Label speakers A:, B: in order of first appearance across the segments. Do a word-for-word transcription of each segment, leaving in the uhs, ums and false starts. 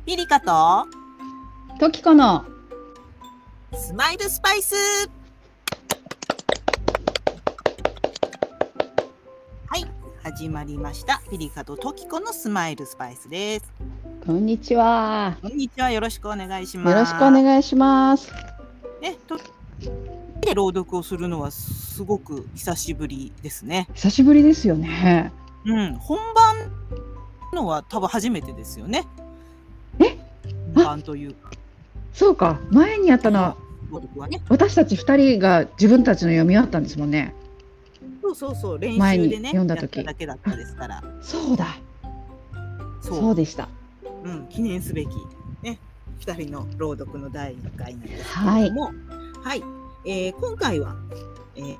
A: ピリカと
B: トキコの
A: スマイルスパイス。はい、始まりました。ピリカとトキコのスマイルスパイスです。
B: こんにちは。
A: こんにちは。よろしくお願いします。
B: よろしくお願いします。
A: ね、とで朗読をするのはすごく久しぶりですね。
B: 久しぶりですよね。
A: うん、本番のは多分初めてですよね。
B: え、
A: 本番というか。
B: そうか。前にやったのは、
A: 朗読はね。
B: 私たち二人が自分たちの読み終わったんですもんね。
A: そうそうそう、練
B: 前に
A: 習でね、
B: 読んだ時
A: やっただけだったですから。
B: そうだ。
A: そう、
B: そうでした。
A: うん、記念すべきね、二人の朗読のだいいっかいなんですけれども、はい、はい、えー、今回は、えー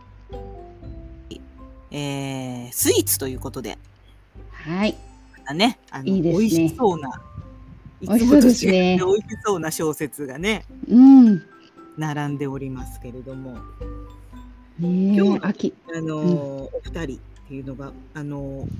A: えー、スイーツということで、
B: はい。
A: またね、あの
B: いいですね。
A: 美味しそうな、いつもと違って美味しそうな小説がね、うん、並んでおりますけれども、
B: ね、
A: 今日の
B: 秋、
A: あのーうん、お二人っていうのがあのー。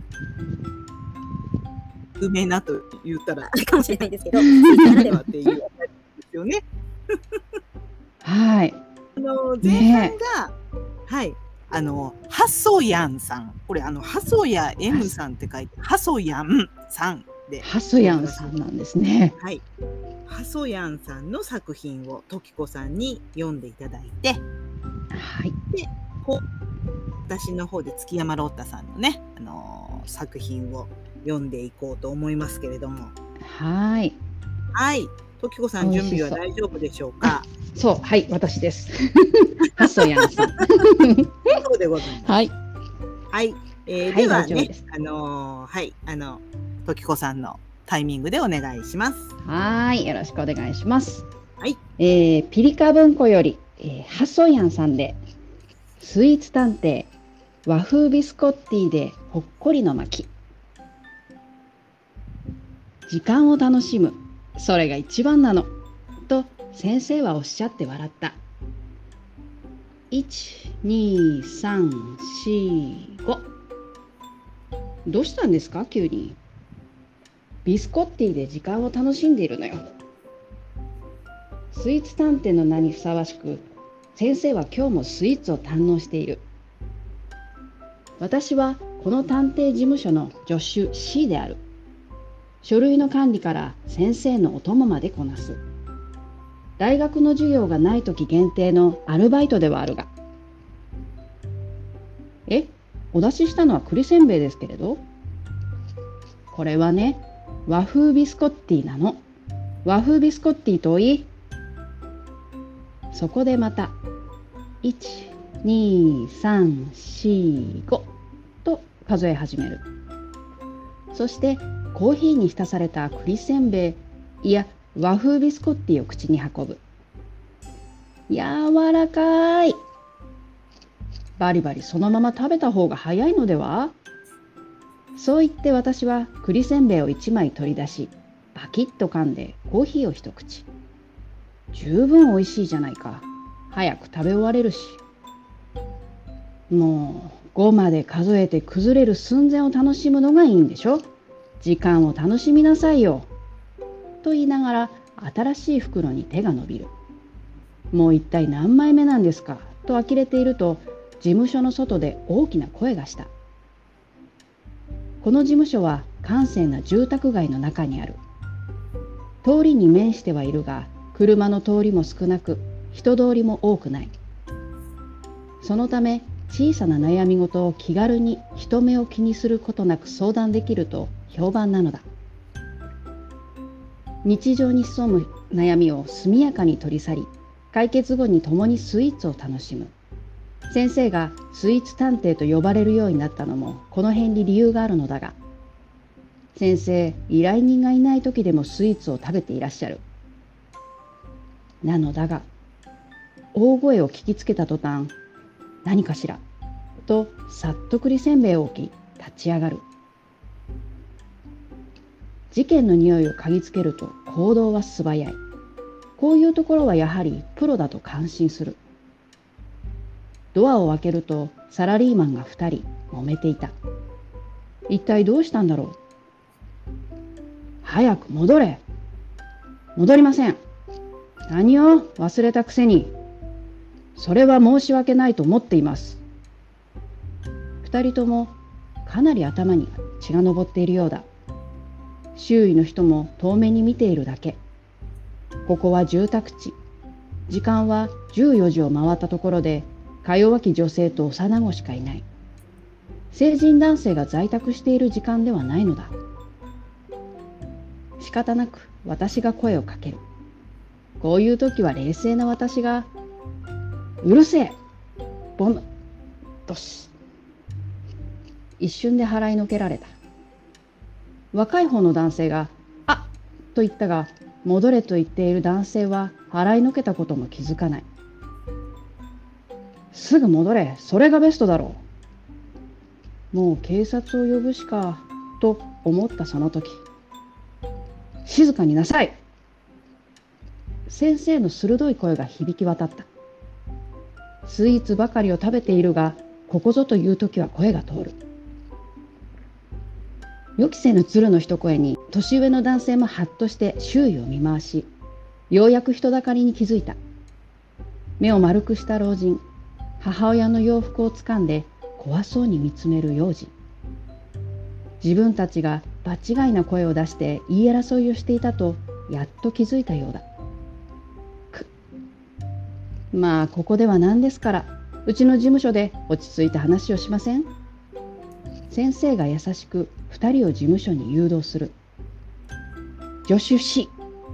A: 有名なと言ったらかもしれないですけど、ならではっていうですよね。
B: はい。
A: あの前半が、ね、はい、あのハソヤンさん、これあのハソヤ M さんって書いてハソヤンさんで、
B: ハソヤンさんなんですね。
A: はい。ハソヤンさんの作品をトキコさんに読んでいただいて、
B: はい。
A: で、こう私の方で月山ロッタさんのね、あのー、作品を読んでいこうと思いますけれども。
B: はい。
A: はい。トキコさん、準備は大丈夫でしょうか。
B: そう、はい、私です。ハソヤンさん。
A: そうでございます。はい。はい。えー、はい、ではね、あのー、はい、あの、トキコさんのタイミングでお願いします。
B: はい、よろしくお願いします。
A: はい。
B: えー、ピリカ文庫より、えー、ハソヤンさんで、スイーツ探偵、和風ビスコッティでほっこりの巻。時間を楽しむ、それが一番なの、と先生はおっしゃって笑った。いち、に、さん、し、ご。どうしたんですか、急に。ビスコッティで時間を楽しんでいるのよ。スイーツ探偵の名にふさわしく、先生は今日もスイーツを堪能している。私はこの探偵事務所の助手 C である。書類の管理から先生のお供までこなす。大学の授業がない時限定のアルバイトではあるが。え、お出ししたのは栗せんべいですけれど。これはね、和風ビスコッティなの。和風ビスコッティといい。そこでまた、いち、に、さん、し、ごと数え始める。そしてコーヒーに浸された栗せんべい、いや和風ビスコッティを口に運ぶ。柔らかい。バリバリそのまま食べた方が早いのでは？そう言って私は栗せんべいをいちまい取り出し、パキッと噛んでコーヒーを一口。十分おいしいじゃないか。早く食べ終われるし。もうごまで数えて崩れる寸前を楽しむのがいいんでしょ。時間を楽しみなさいよ。と言いながら新しい袋に手が伸びる。もう一体何枚目なんですかと呆れていると、事務所の外で大きな声がした。この事務所は閑静な住宅街の中にある。通りに面してはいるが、車の通りも少なく、人通りも多くない。そのため小さな悩み事を気軽に人目を気にすることなく相談できると評判なのだ。日常に潜む悩みを速やかに取り去り、解決後に共にスイーツを楽しむ。先生がスイーツ探偵と呼ばれるようになったのもこの辺に理由があるのだが、先生、依頼人がいない時でもスイーツを食べていらっしゃる。なのだが、大声を聞きつけた途端、何かしらとさっと栗せんべいを置き立ち上がる。事件の匂いを嗅ぎつけると行動は素早い。こういうところはやはりプロだと感心する。ドアを開けるとサラリーマンがふたり揉めていた。一体どうしたんだろう。早く戻れ戻りません。何を忘れたくせに。それは申し訳ないと思っています。二人ともかなり頭に血が上っているようだ。周囲の人も遠目に見ているだけ。ここは住宅地。時間はじゅうよじを回ったところで、か弱き女性と幼子しかいない。成人男性が在宅している時間ではないのだ。仕方なく私が声をかける。こういう時は冷静な私が、うるせえボンドシ。一瞬で払いのけられた。若い方の男性が、あっと言ったが、戻れと言っている男性は払いのけたことも気づかない。すぐ戻れ、それがベストだろう。もう警察を呼ぶしかと思ったその時、静かになさい。先生の鋭い声が響き渡った。スイーツばかりを食べているが、ここぞという時は声が通る。予期せぬ鶴の一声に、年上の男性もハッとして周囲を見回し、ようやく人だかりに気づいた。目を丸くした老人、母親の洋服をつかんで怖そうに見つめる幼児。自分たちが場違いな声を出して言い争いをしていたとやっと気づいたようだ。くまあここでは何ですから、うちの事務所で落ち着いた話をしません？先生が優しく二人を事務所に誘導する。助手し。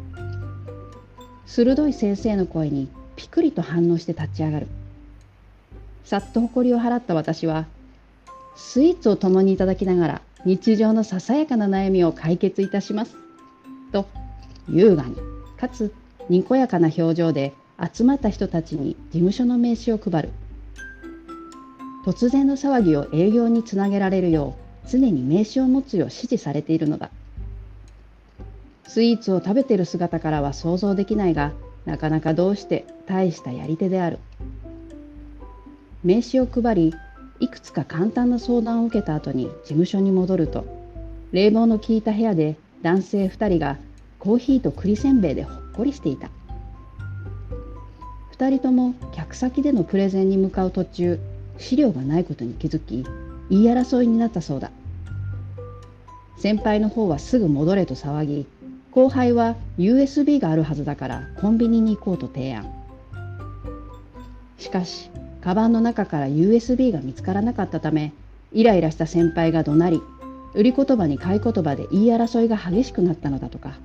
B: 鋭い先生の声にピクリと反応して立ち上がる。さっと誇りを払った私は、スイーツを共にいただきながら日常のささやかな悩みを解決いたしますと優雅にかつにこやかな表情で集まった人たちに事務所の名刺を配る。突然の騒ぎを営業につなげられるよう常に名刺を持つよう指示されているのだ。スイーツを食べている姿からは想像できないが、なかなかどうして大したやり手である。名刺を配り、いくつか簡単な相談を受けた後に事務所に戻ると、冷房の効いた部屋で男性ふたりがコーヒーと栗せんべいでほっこりしていた。ふたりとも客先でのプレゼンに向かう途中、資料がないことに気づき、言い争いになったそうだ。先輩の方はすぐ戻れと騒ぎ、後輩は ユーエスビー があるはずだからコンビニに行こうと提案。しかし、カバンの中から ユーエスビー が見つからなかったため、イライラした先輩が怒鳴り、売り言葉に買い言葉で言い争いが激しくなったのだとか。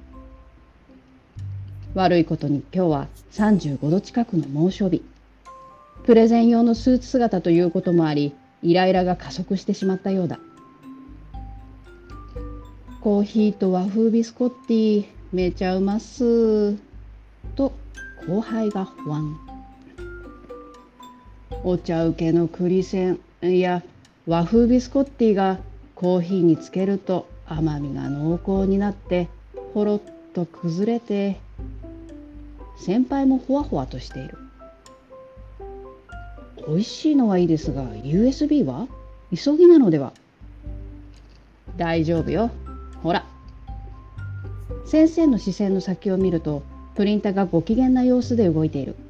B: 悪いことに今日はさんじゅうごど近くの猛暑日。プレゼン用のスーツ姿ということもあり、イライラが加速してしまったようだ。コーヒーと和風ビスコッティめちゃうますと後輩が不安。お茶受けの栗せん、いや和風ビスコッティがコーヒーにつけると甘みが濃厚になってほろっと崩れて、先輩もほわほわとしている。美味しいのはいいですが ユーエスビー は急ぎなのでは。大丈夫よ、ほら。先生の視線の先を見るとプリンターがご機嫌な様子で動いている。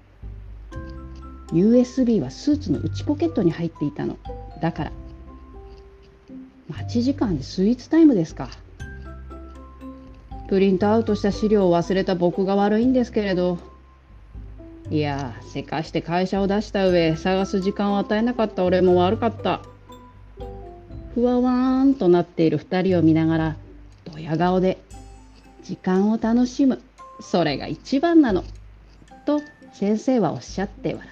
B: ユーエスビー はスーツの内ポケットに入っていたの。だから。待ち時間でスイーツタイムですか。プリントアウトした資料を忘れた僕が悪いんですけれど。いや、せかして会社を出した上、探す時間を与えなかった俺も悪かった。ふわわーんとなっている二人を見ながら、ドヤ顔で、時間を楽しむ。それが一番なの。と先生はおっしゃって笑った。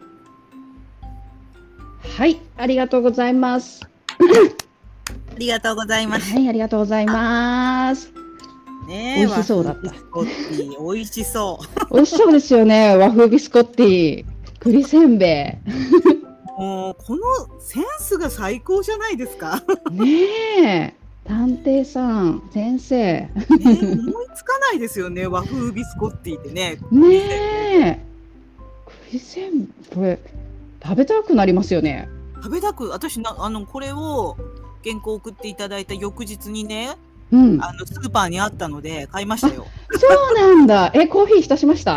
B: はい、ありがとうございます。
A: ありがとうございます。
B: はい、ありがとうございます。
A: ねえ、
B: 美味しそうだった。
A: 和風ビスコッティ、美味しそう。
B: 美味しそうですよね、和風ビスコッティ、栗せんべい。
A: もうこのセンスが最高じゃないですか。
B: ねえ、探偵さん、先生。
A: ね、思いつかないですよね、和風ビスコッティってね。
B: ねえ、栗せんべい、これ食べたくなりますよね。
A: 食べたく、私なあのこれを原稿送っていただいた翌日にね、
B: うん。
A: あの、スーパーにあったので買いましたよ。
B: そうなんだ。え、コーヒー浸しました？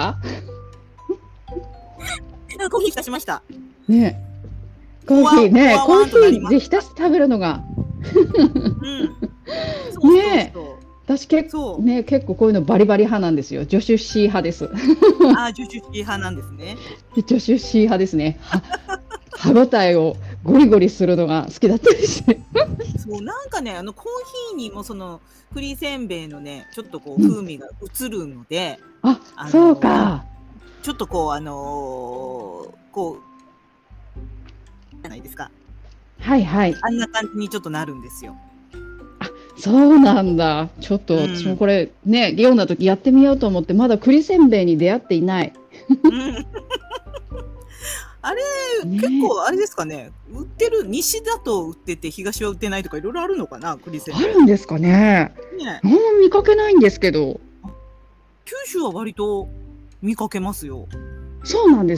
A: コーヒー浸しました。
B: ね。コーヒーね、コーヒーで浸して食べるのが。
A: うん。そう
B: ね。
A: そうそう。
B: 私結構ね、結構こういうのバリバリ派なんですよ。ジョシュシー派です。
A: ああ、ジョシュシー派なんですね。
B: ジョシュシー派ですね。は歯ごたえをゴリゴリするのが好きだったりして。
A: そう、なんかね、あのコーヒーにもその栗せんべいのね、ちょっとこう風味が移るので、
B: うん、あ、あそうか。
A: ちょっとこうあのー、こうじゃないですか。
B: はいはい。
A: あんな感じにちょっとなるんですよ。
B: あ、そうなんだ。ちょっと私もこれ、うん、ね、リオンな時やってみようと思ってまだ栗せんべいに出会っていない。うん
A: あれ、ね、結構あれですかね。売ってる西だと売ってて東は売ってないとかいろいろあるのかな、栗せんべい。
B: あるんですかね。ね、もう見かけないんですけど。
A: 九州は割と見かけますよ。
B: そうなんです。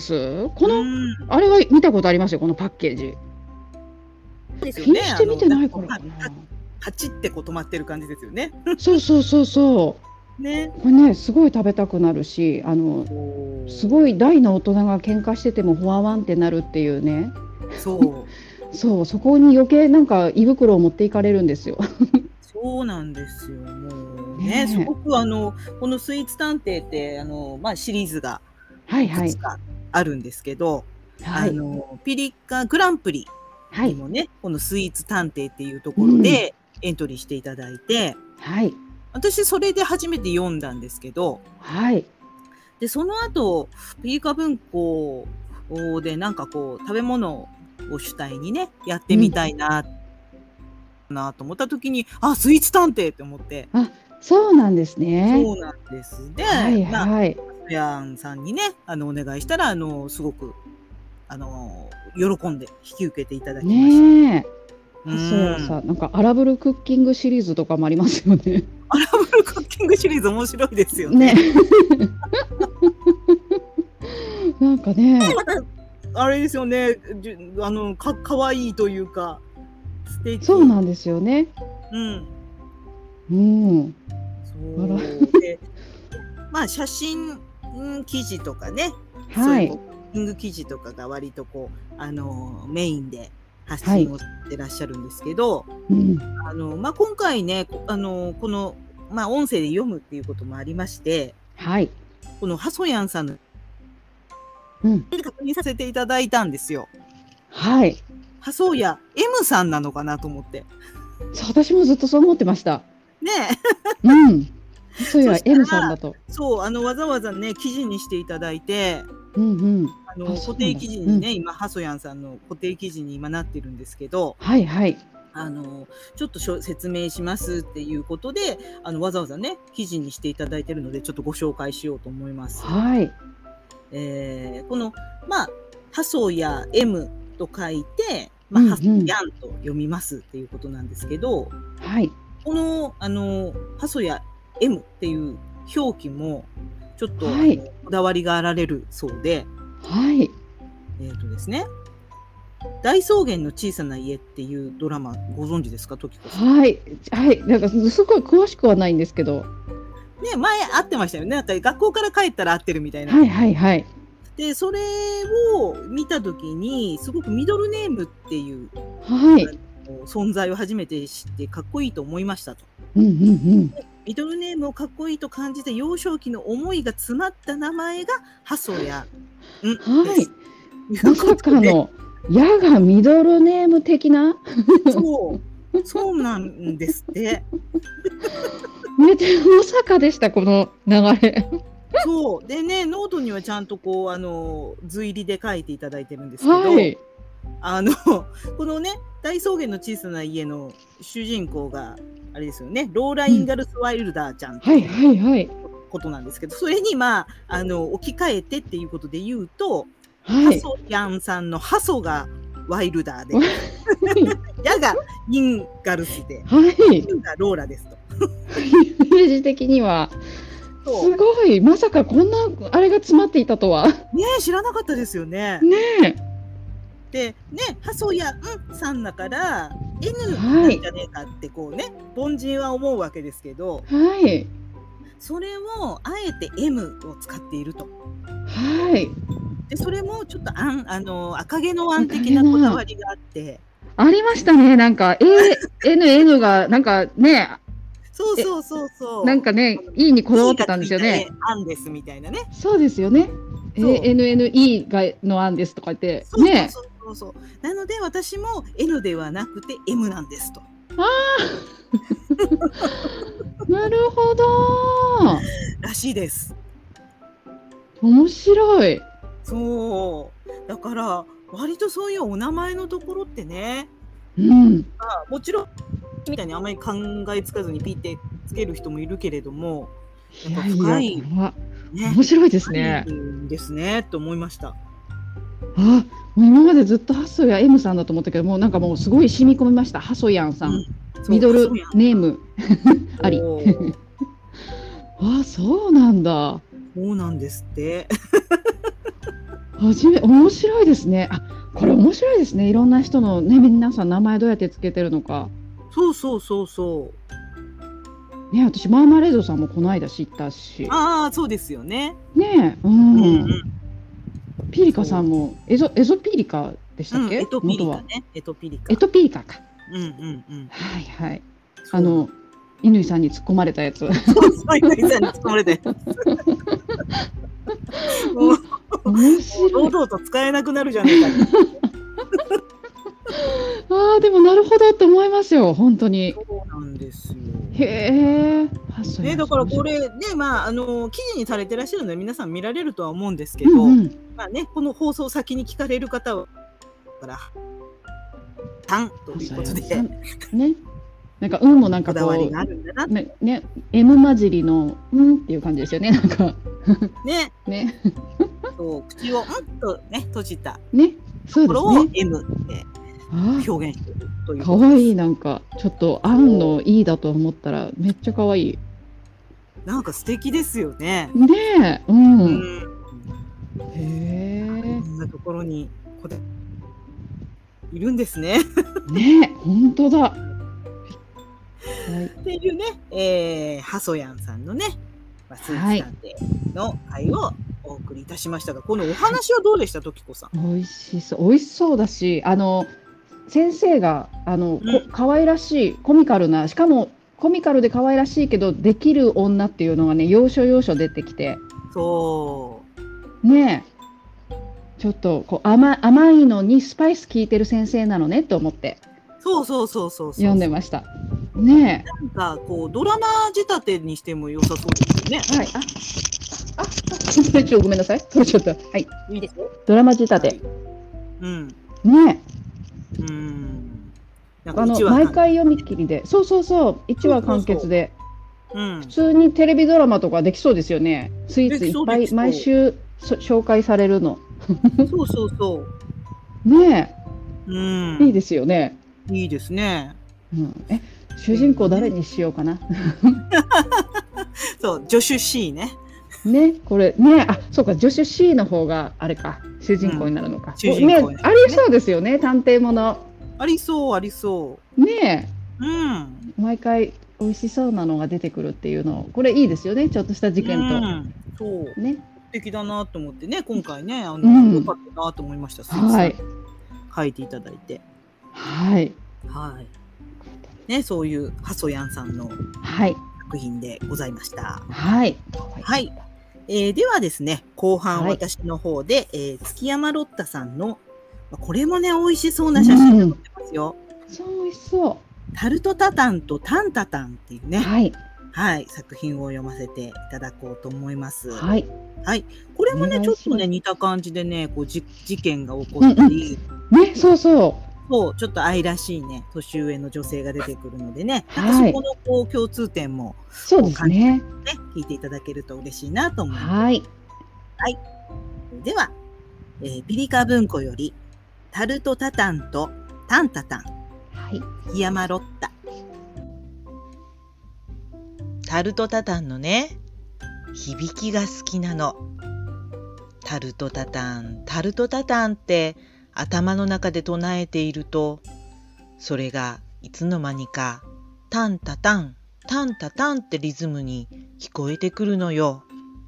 B: この、あれは見たことありますよ、このパッケージ。
A: ですよね。
B: 気にして見てないからかな。
A: パチってこう止まってる感じですよね。
B: そうそうそうそう。ね、これね、すごい食べたくなるし、あのすごい大の大人が喧嘩しててもフォワワンってなるっていうね。そうそう、そこに余計なんか胃袋を持っていかれるんですよ。
A: そうなんですよ。もうね、ね、すごくあのこのスイーツ探偵ってあのまあシリーズがいくつかあるんですけど、はいはい、あのピリカグランプリにもね、はい、このスイーツ探偵っていうところでエントリーしていただいて、はい。私それで初めて読んだんですけど、はい。でその後ピリカ文庫でなんかこう食べ物を主体にねやってみたいな、うん、なと思った時に、あ、スイーツ探偵って思って。
B: あ、そうなんですね。
A: そうなんです。で、はいはい。まあ、ヤンさんにねあのお願いしたらあのすごくあの喜んで引き受けていただきました。ねえ。
B: そうやさ、なんかアラブルクッキングシリーズとかもありますよね。
A: アラブルクッキングシリーズ面白いですよね。ね
B: なんかね。
A: またあれですよね。あのか可愛いというか素敵。
B: そうなんですよね。
A: うん。
B: うん。
A: そうで、まあ写真記事とかね。はい。そういうクッキング記事とかが割とこうあのメインで。発信をしてらっしゃるんですけど、はい、うん、あのまあ、今回ねあのこの、まあ、音声で読むっていうこともありまして、はい、このハソヤンさんの、うん、確認させていただいたんですよ。はい。ハソヤ M さんなのかなと思って。
B: そう、私もずっとそう思ってました。
A: ね
B: え。うん。ハソヤ M さんだと。
A: そうあのわざわざね記事にしていただいて。うんうん、あの固定記事にね、うん、今ハソヤンさんの固定記事に今なってるんですけど、はいはい、あのちょっと説明しますっていうことであのわざわざね記事にしていただいてるのでちょっとご紹介しようと思います。はい。えー、このまあハソヤ M と書いて、まあ、ハソヤンと読みますっていうことなんですけど、はい、このあのハソヤ M っていう表記もちょっと、はい、こだわりがあられるそうで、はい。えっとですね、大草原の小さな家っていうドラマご存知ですか、時子さん。
B: はい、はい、なんかすごい詳しくはないんですけど。
A: ね、前会ってましたよね。なんか学校から帰ったら会ってるみたいな。
B: はいはいはい。
A: で、それを見たときに、すごくミドルネームっていう、
B: はい、
A: 存在を初めて知ってかっこいいと思いましたと。
B: うんうんうん。
A: ミドルネームをかっこいいと感じて幼少期の思いが詰まった名前がハソヤンです。
B: まさかのヤがミドルネーム的な。
A: そうそうなんですって。
B: めてまさかでした、この流れ。
A: そうでね、ノートにはちゃんとこうあの図入りで書いていただいてるんですけど、はい、あのこのね大草原の小さな家の主人公があれですよね、ローラ・インガルスワイルダーちゃんっていうことなんですけど、それにまああの置き換えてっていうことで言うと、はい、ハソヤンさんのハソがワイルダーで、ヤがインガルスで、はい、ユがローラですと。
B: イメージ的にはすごい、まさかこんなあれが詰まっていたとは。ね
A: え、知らなかったですよね。
B: ねえ。
A: でね、ハソヤンさんだから N なんじゃねえかってこうね、凡人は思うわけですけど、
B: はい。
A: それをあえて エム を使っていると。
B: はい。
A: で、それもちょっとあんあの赤毛のアン的なこだわりがあって。
B: ありましたね。なんか エヌエヌ がなんかね。
A: そうそうそうそう。
B: なんかね、E にこだわってたんですよね。
A: アンですみたいなね。
B: そうですよね。エヌエヌイー がの案ですとか言ってね。
A: そうそうそうそう。なので私も N ではなくて エム なんですと。
B: ああ。なるほど。
A: らしいです。
B: 面白い。
A: そう。だから割とそういうお名前のところってね。
B: うん。
A: まあもちろんみたいにあんまり考えつかずにピッてつける人もいるけれども、
B: いやいや、
A: 深い
B: ね、面白いですね。
A: ですねと思いました。
B: あ、もう今までずっとハソヤ M さんだと思ったけど、もうなんかもうすごい染み込みました。ハソヤンさん、うん、ミドルネームあり。あ、そうなんだ。
A: そうなんですって。
B: はじめ面白いですね。あ、これ面白いですね。いろんな人のね、皆さん名前どうやってつけてるのか。
A: そうそうそうそう。
B: ね、私マーマレードさんもこの間知ったし。
A: ああ、そうですよね。
B: ね、うん。うんうん、ピリカさんもエゾエゾピリカでしたっけ？うん、
A: エトピリカね。エトピリカ。
B: エトピリカか。
A: うんうんうん。
B: はいはい。あの乾さんに突っ込まれたやつ。そう
A: 乾さんに突っ込まれたやつ。もう面白い。堂々と使えなくなるじゃないか。
B: ああ、でもなるほどって思いますよ、本当に。
A: そうなんですよ。
B: へえ。
A: ね、だからこれね、まああの記事にされてらっしゃるので皆さん見られるとは思うんですけど、うんうん、まあねこの放送先に聞かれる方はからさんということで
B: ね。なんか運もなんかこうね, ね M 混じりのうんっていう感じですよね、なんか
A: ね
B: ね。
A: そう口をうんとね閉じた
B: ね、そう
A: ところを M で表現しているという。
B: かわいい。なんかちょっとあんのいいだと思ったらめっちゃかわいい。
A: なんか素敵ですよね。
B: ねえ、うん。うん、へ
A: え。こんなところにこれいるんですね。
B: ねえ、本当だ。はい、
A: っていうね、えー、ハソヤンさんのね、まあ、スーツ探偵の会をお送りいたしましたが、はい、このお話はどうでした、ときこさん。
B: 美味しそう、美味しそうだし、あの先生があの、うん、可愛らしいコミカルな、しかもコミカルで可愛らしいけどできる女っていうのがね、要所要所出てきて、
A: そう
B: ねえ、ちょっとこう 甘, 甘いのにスパイス効いてる先生なのねと思って
A: そうそうそうそう
B: 読んでました。ねえ、
A: なんかこうドラマ仕立てにしても良さそうですよね。
B: はい、あああちょごめんなさい、取れちゃった。はい、
A: いいですよ、
B: ドラマ仕立て、はい、
A: うん
B: ね
A: え、うん
B: あの毎回読み切りで、そうそうそう、いちわ完結で、うん、普通にテレビドラマとかできそうですよね。スイーツいっぱい毎週紹介されるの。
A: そうそうそう。
B: ね
A: え、うん、
B: いいですよね。
A: いいですね。
B: うん、え、主人公誰にしようかな。
A: そう、助手 C ね。
B: ね、これね、あ、そうか、助手 C の方があれか、主人公になるのか。
A: 主人公
B: ね、ありそうですよね、探偵もの。
A: ありそうありそう。
B: ね
A: え、うん、
B: 毎回美味しそうなのが出てくるっていうの、これいいですよね、ちょっとした事件と。うん、
A: そう
B: ね、
A: 素敵だなと思ってね、今回ね、あの、うん、良かったなと思いました。
B: はい、
A: 書いていただいて、
B: はい
A: はいね、そういうハソヤンさんの作品でございました。
B: はい、
A: はい、えー、ではですね、後半私の方で、はい、えー、月山ロッタさんのこれもね美味しそうな写真が載ってますよ。
B: うん、そう美味しそう。
A: タルトタタンとタンタタンっていうね、
B: はい、
A: はい、作品を読ませていただこうと思います。
B: はい、
A: はい、これもねちょっとね似た感じでね、こうじ事件が起こったり、
B: うんうん、ね、そうそう。
A: そうちょっと愛らしいね年上の女性が出てくるのでね、はい、なんかそこのこう共通点も
B: そうですね、
A: ね、聞いていただけると嬉しいなと思います。
B: はい、
A: はい、では、えー、ピリカ文庫よりタルトタタンとタンタタン、
B: はい、
A: 月山ロッタ。タルトタタンのね響きが好きなの。タルトタタンタルトタタンって頭の中で唱えていると、それが
C: いつの間にかタンタタン、タンタタンってリズムに聞こえてくるのよ。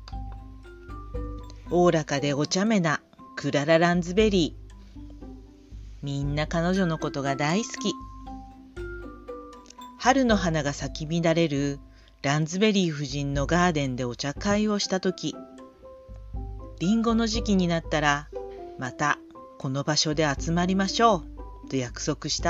C: おおらかでお茶目なクララ・ランズベリー。みんな彼女のことが大好き。春の花が咲き乱れるランズベリー夫人のガーデンでお茶会をしたとき、リンゴの時期になったらまたこの場所で集まりましょうと約束した。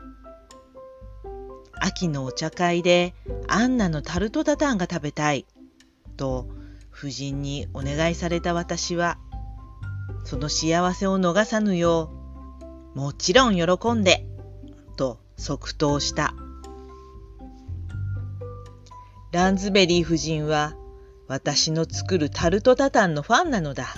C: 秋のお茶会でアンナのタルトタタンが食べたいと夫人にお願いされた私は、その幸せを逃さぬよう、もちろん喜んでと即答した。ランズベリー夫人は私の作るタルトタタンのファンなのだ。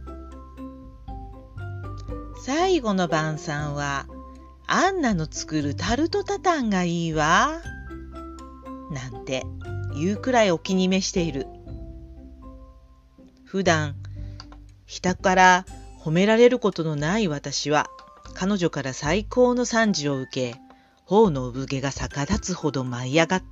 C: 最後の晩餐はアンナの作るタルトタタンがいいわなんて言うくらいお気に召している。普段人から褒められることのない私は彼女から最高の賛辞を受け、頬の産毛が逆立つほど舞い上がった。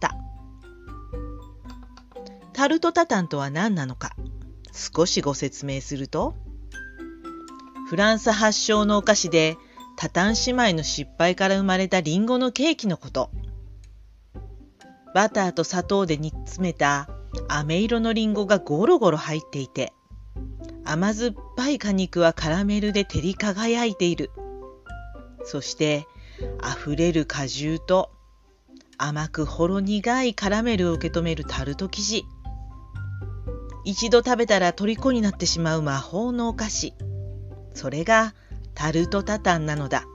C: タルトタタンとは何なのか少しご説明すると、フランス発祥のお菓子でタタン姉妹の失敗から生まれたリンゴのケーキのこと。バターと砂糖で煮詰めた飴色のリンゴがゴロゴロ入っていて、甘酸っぱい果肉はカラメルで照り輝いている。そしてあふれる果汁と甘くほろ苦いカラメルを受け止めるタルト生地。一度食べたら虜になってしまう魔法のお菓子。それがタルトタタンなのだ。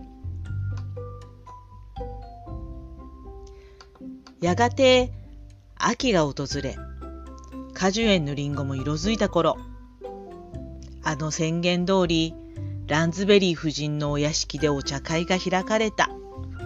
C: やがて秋が訪れ、果樹園のリンゴも色づいた頃、あの宣言通りランズベリー夫人のお屋敷でお茶会が開かれた。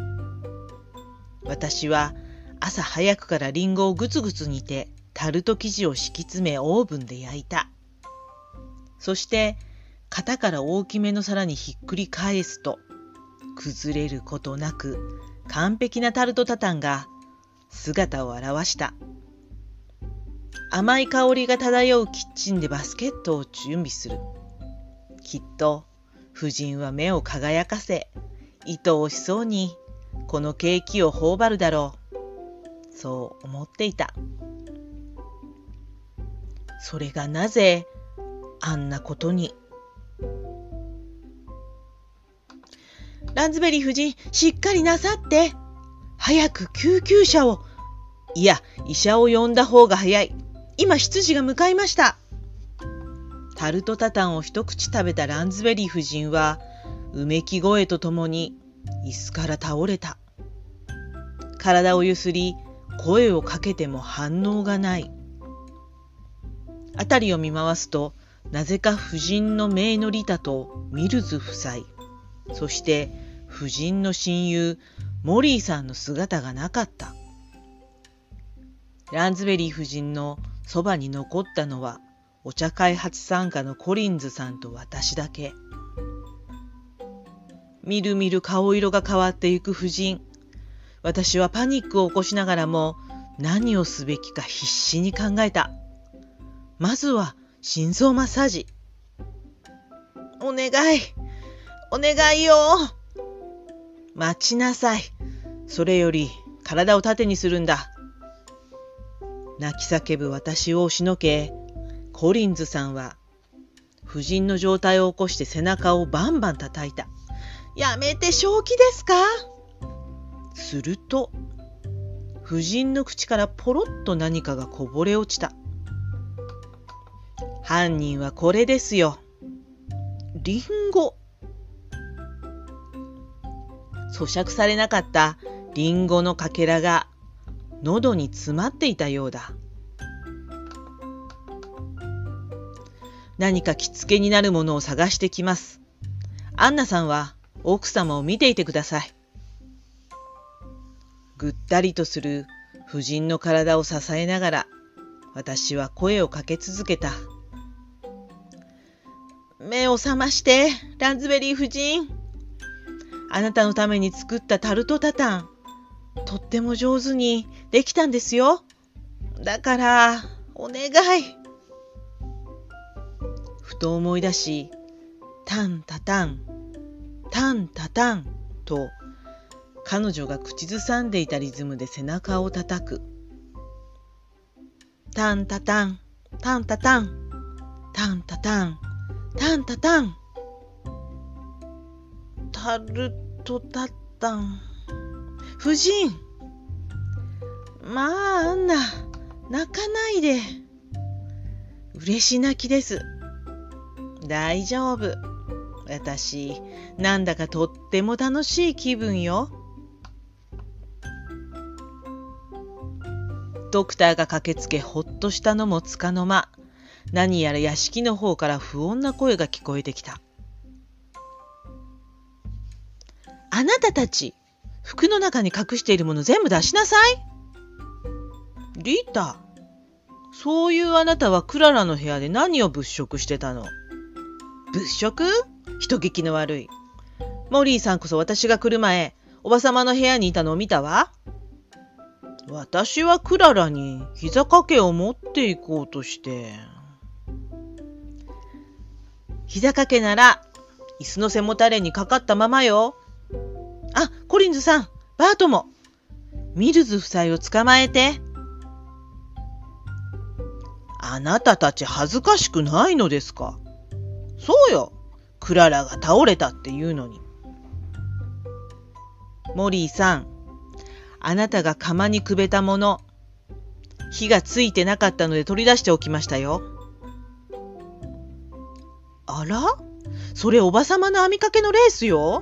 C: 私は朝早くからリンゴをぐつぐつ煮てタルト生地を敷き詰めオーブンで焼いた。そして型から大きめの皿にひっくり返すと、崩れることなく完璧なタルトタタンが姿を現した。甘い香りが漂うキッチンでバスケットを準備する。きっと夫人は目を輝かせ、愛おしそうにこのケーキを頬張るだろう。そう思っていた。それがなぜあんなことに。ランズベリー夫人、しっかりなさって。早く救急車を。いや、医者を呼んだ方が早い。今、執事が向かいました。タルトタタンを一口食べたランズベリー夫人は、うめき声とともに椅子から倒れた。体をゆすり、声をかけても反応がない。あたりを見回すと、なぜか夫人の姪のリタとミルズ夫妻、そして夫人の親友モリーさんの姿がなかった。ランズベリー夫人のそばに残ったのはお茶会初参加のコリンズさんと私だけ。みるみる顔色が変わっていく夫人。私はパニックを起こしながらも何をすべきか必死に考えた。まずは心臓マッサージ。お願い、お願いよ。待ちなさい。それより体を縦にするんだ。泣き叫ぶ私を押しのけ、コリンズさんは夫人の状態を起こして背中をバンバン叩いた。やめて、正気ですか？すると、夫人の口からポロッと何かがこぼれ落ちた。犯人はこれですよ。リンゴ。咀嚼されなかったリンゴのかけらが喉に詰まっていたようだ。何か着付けになるものを探してきます。アンナさんは奥様を見ていてください。ぐったりとする夫人の体を支えながら、私は声をかけ続けた。目を覚まして、ランズベリー夫人。 あなたのために作ったタルトタタン、とっても上手にできたんですよ。だから、お願い。ふと思い出し、タンタタン、タンタタンと、彼女が口ずさんでいたリズムで背中を叩く。タンタタン、タンタタン、タンタタン、タンタタン。タルトタタン。夫人。まあ、アンナ、泣かないで。嬉し泣きです。大丈夫。私、なんだかとっても楽しい気分よ。ドクターが駆けつけほっとしたのもつかの間、何やら屋敷の方から不穏な声が聞こえてきた。あなたたち、服の中に隠しているもの全部出しなさい。リタ、そういうあなたはクララの部屋で何を物色してたの？物色？人聞きの悪い。モリーさんこそ私が来る前、おばさまの部屋にいたのを見たわ。私はクララに膝掛けを持っていこうとして。膝掛けなら、椅子の背もたれにかかったままよ。あ、コリンズさん、バートも。ミルズ夫妻を捕まえて。あなたたち恥ずかしくないのですか？そうよ。クララが倒れたっていうのに。モリーさん、あなたが釜にくべたもの、火がついてなかったので取り出しておきましたよ。あら？それおばさまの編みかけのレースよ。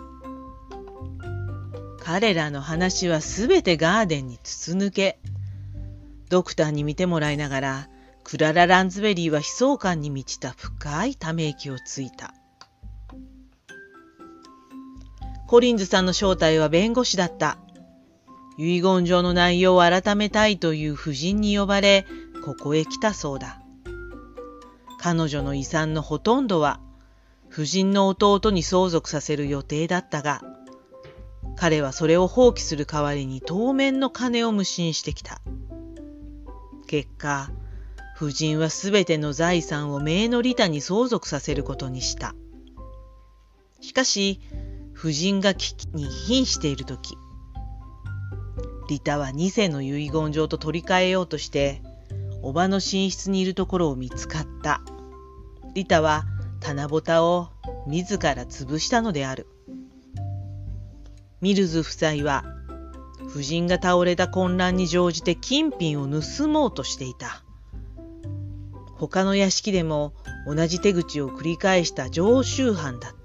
C: 彼らの話はすべてガーデンに筒抜け。ドクターに見てもらいながら、クララ・ランズベリーは悲壮感に満ちた深いため息をついた。コリンズさんの正体は弁護士だった。遺言状の内容を改めたいという夫人に呼ばれ、ここへ来たそうだ。彼女の遺産のほとんどは、夫人の弟に相続させる予定だったが、彼はそれを放棄する代わりに当面の金を無心してきた。結果、夫人はすべての財産を姪のリタに相続させることにした。しかし、夫人が危機に瀕しているとき、リタはに世の遺言状と取り替えようとして、おばの寝室にいるところを見つかった。リタは棚ぼたを自ら潰したのである。ミルズ夫妻は、夫人が倒れた混乱に乗じて金品を盗もうとしていた。他の屋敷でも同じ手口を繰り返した常習犯だった。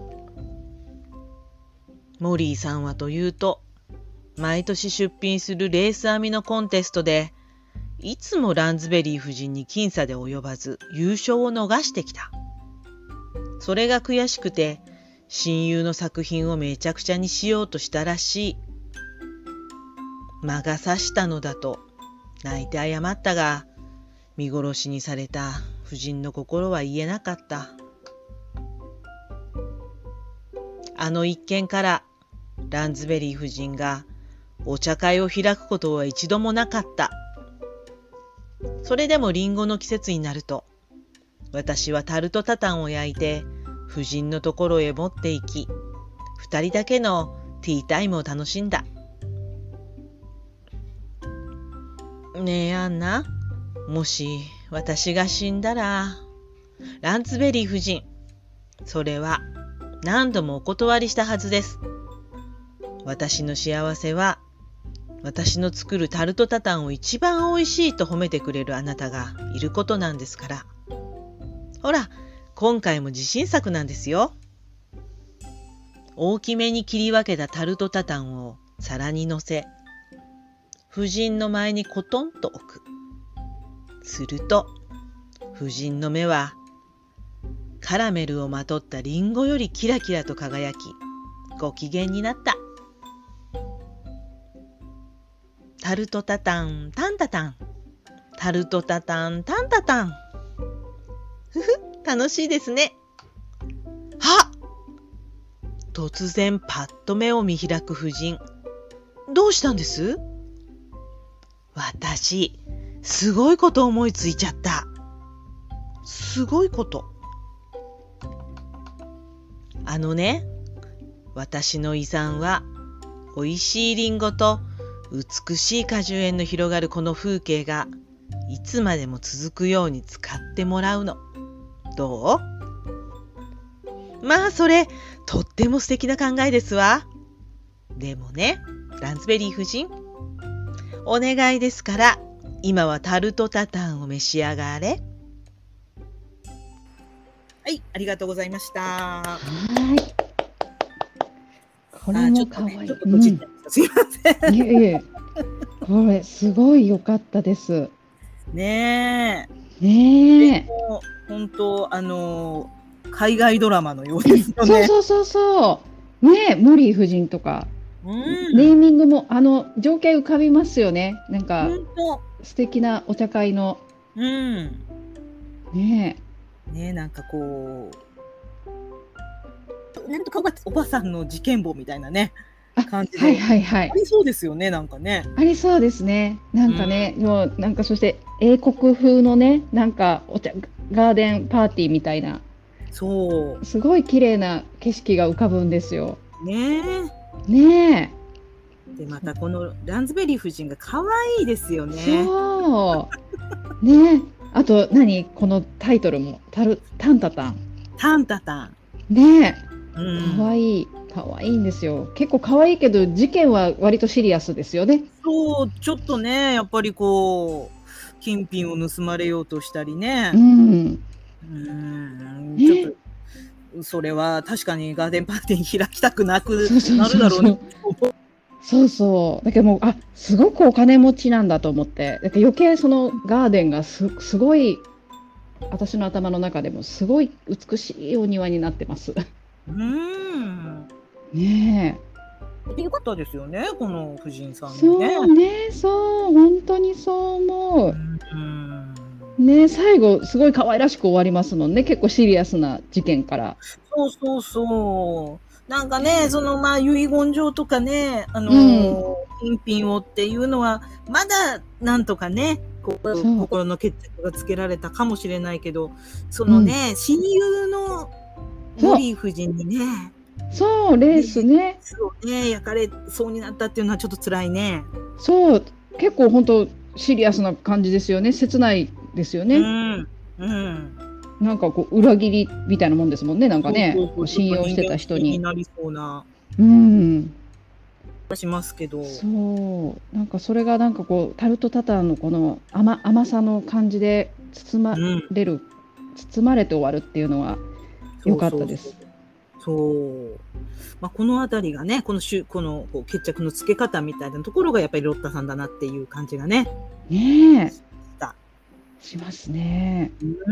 C: モリーさんはというと、毎年出品するレース編みのコンテストで、いつもランズベリー夫人に僅差で及ばず優勝を逃してきた。それが悔しくて、親友の作品をめちゃくちゃにしようとしたらしい。魔が差したのだと泣いて謝ったが、見殺しにされた夫人の心は言えなかった。あの一件からランズベリー夫人がお茶会を開くことは一度もなかった。それでもリンゴの季節になると、私はタルトタタンを焼いて夫人のところへ持って行き、二人だけのティータイムを楽しんだ。ねえアンナ、もし私が死んだら、ランズベリー夫人、それは何度もお断りしたはずです。私の幸せは、私の作るタルトタタンを一番おいしいと褒めてくれるあなたがいることなんですから。ほら、今回も自信作なんですよ。大きめに切り分けたタルトタタンを皿に乗せ、夫人の前にコトンと置く。すると、夫人の目は、カラメルをまとったリンゴよりキラキラと輝き、ご機嫌になった。タルトタタン、タンタタン。タルトタタン、タンタタン。ふふ、楽しいですね。はっ！ 突然パッと目を見開く夫人。どうしたんです？私、すごいこと思いついちゃった。すごいこと。あのね、私の遺産は、おいしいリンゴと美しい果樹園の広がるこの風景が、いつまでも続くように使ってもらうの。どう？まあ、それ、とっても素敵な考えですわ。でもね、ランズベリー夫人、お願いですから、今はタルトタタンを召し上がれ。
A: はい、ありがとうございました。
B: はい。これも可愛い。
A: ちょっとこちら、すいません。
B: いえいえ、これすごい良かったです。
A: ね
B: え。ねえ。
A: 本当あの海外ドラマのようですよね。
B: そうそうそうそう。ねえ、モリー夫人とか。うん、ネーミングもあの情景浮かびますよね。なんか素敵なお茶会の。うん。ね
A: え。ねえ、なんかこうなんとかおばさんの事件簿みたいなね感じで。
B: はいはいはい。
A: ありそうですよね、なんかね。
B: ありそうですね。なんかね、うん、もうなんかそして英国風のね、なんかお茶ガーデンパーティーみたいな。
A: そう。
B: すごい綺麗な景色が浮かぶんですよ。
A: ね
B: え。ね
A: え。でまたこのランズベリー夫人が可愛いですよね。
B: そう。ね。あと何このタイトルもタルタンタタン。
A: タンタタン。
B: ねえ。可愛い可愛いんですよ。結構可愛いけど事件は割とシリアスですよね。
A: そうちょっとねやっぱりこう金品を盗まれようとしたりね。
B: うん。
A: うんちょっとそれは確かにガーデンパーティーに開きたくなくなるだろうね。
B: そうそう。だけどもうあすごくお金持ちなんだと思って、だけど余計そのガーデンがすすごい私の頭の中でもすごい美しいお庭になってます。
A: うん。
B: ね
A: え。よかったですよねこの夫人さんね。
B: そうねそう本当にそう思う。うんね最後すごい可愛らしく終わりますもんね。結構シリアスな事件から。
A: そうそうそう。なんかねそのまあ遺言状とかねあのーうん、金品をっていうのはまだなんとかねこう心の決着がつけられたかもしれないけどそのね、うん、親友のモリー夫人にね
B: そうレースね
A: そうね焼かれそうになったっていうのはちょっと辛いね。
B: そう結構本当シリアスな感じですよね。切ないですよね。うんうんなんかこう裏切りみたいなもんですもんね。なんかね、信用してた人に。
A: なりそうな。
B: うん。
A: しますけど。
B: そう、なんかそれがなんかこうタルトタタンのこの甘甘さの感じで包まれる、うん、包まれて終わるっていうのは良かったです。
A: そう。そうそうまあこのあたりがね、このしゅこのこう決着のつけ方みたいなところがやっぱりロッタさんだなっていう感じがね。
B: ねえ。しますね。うん。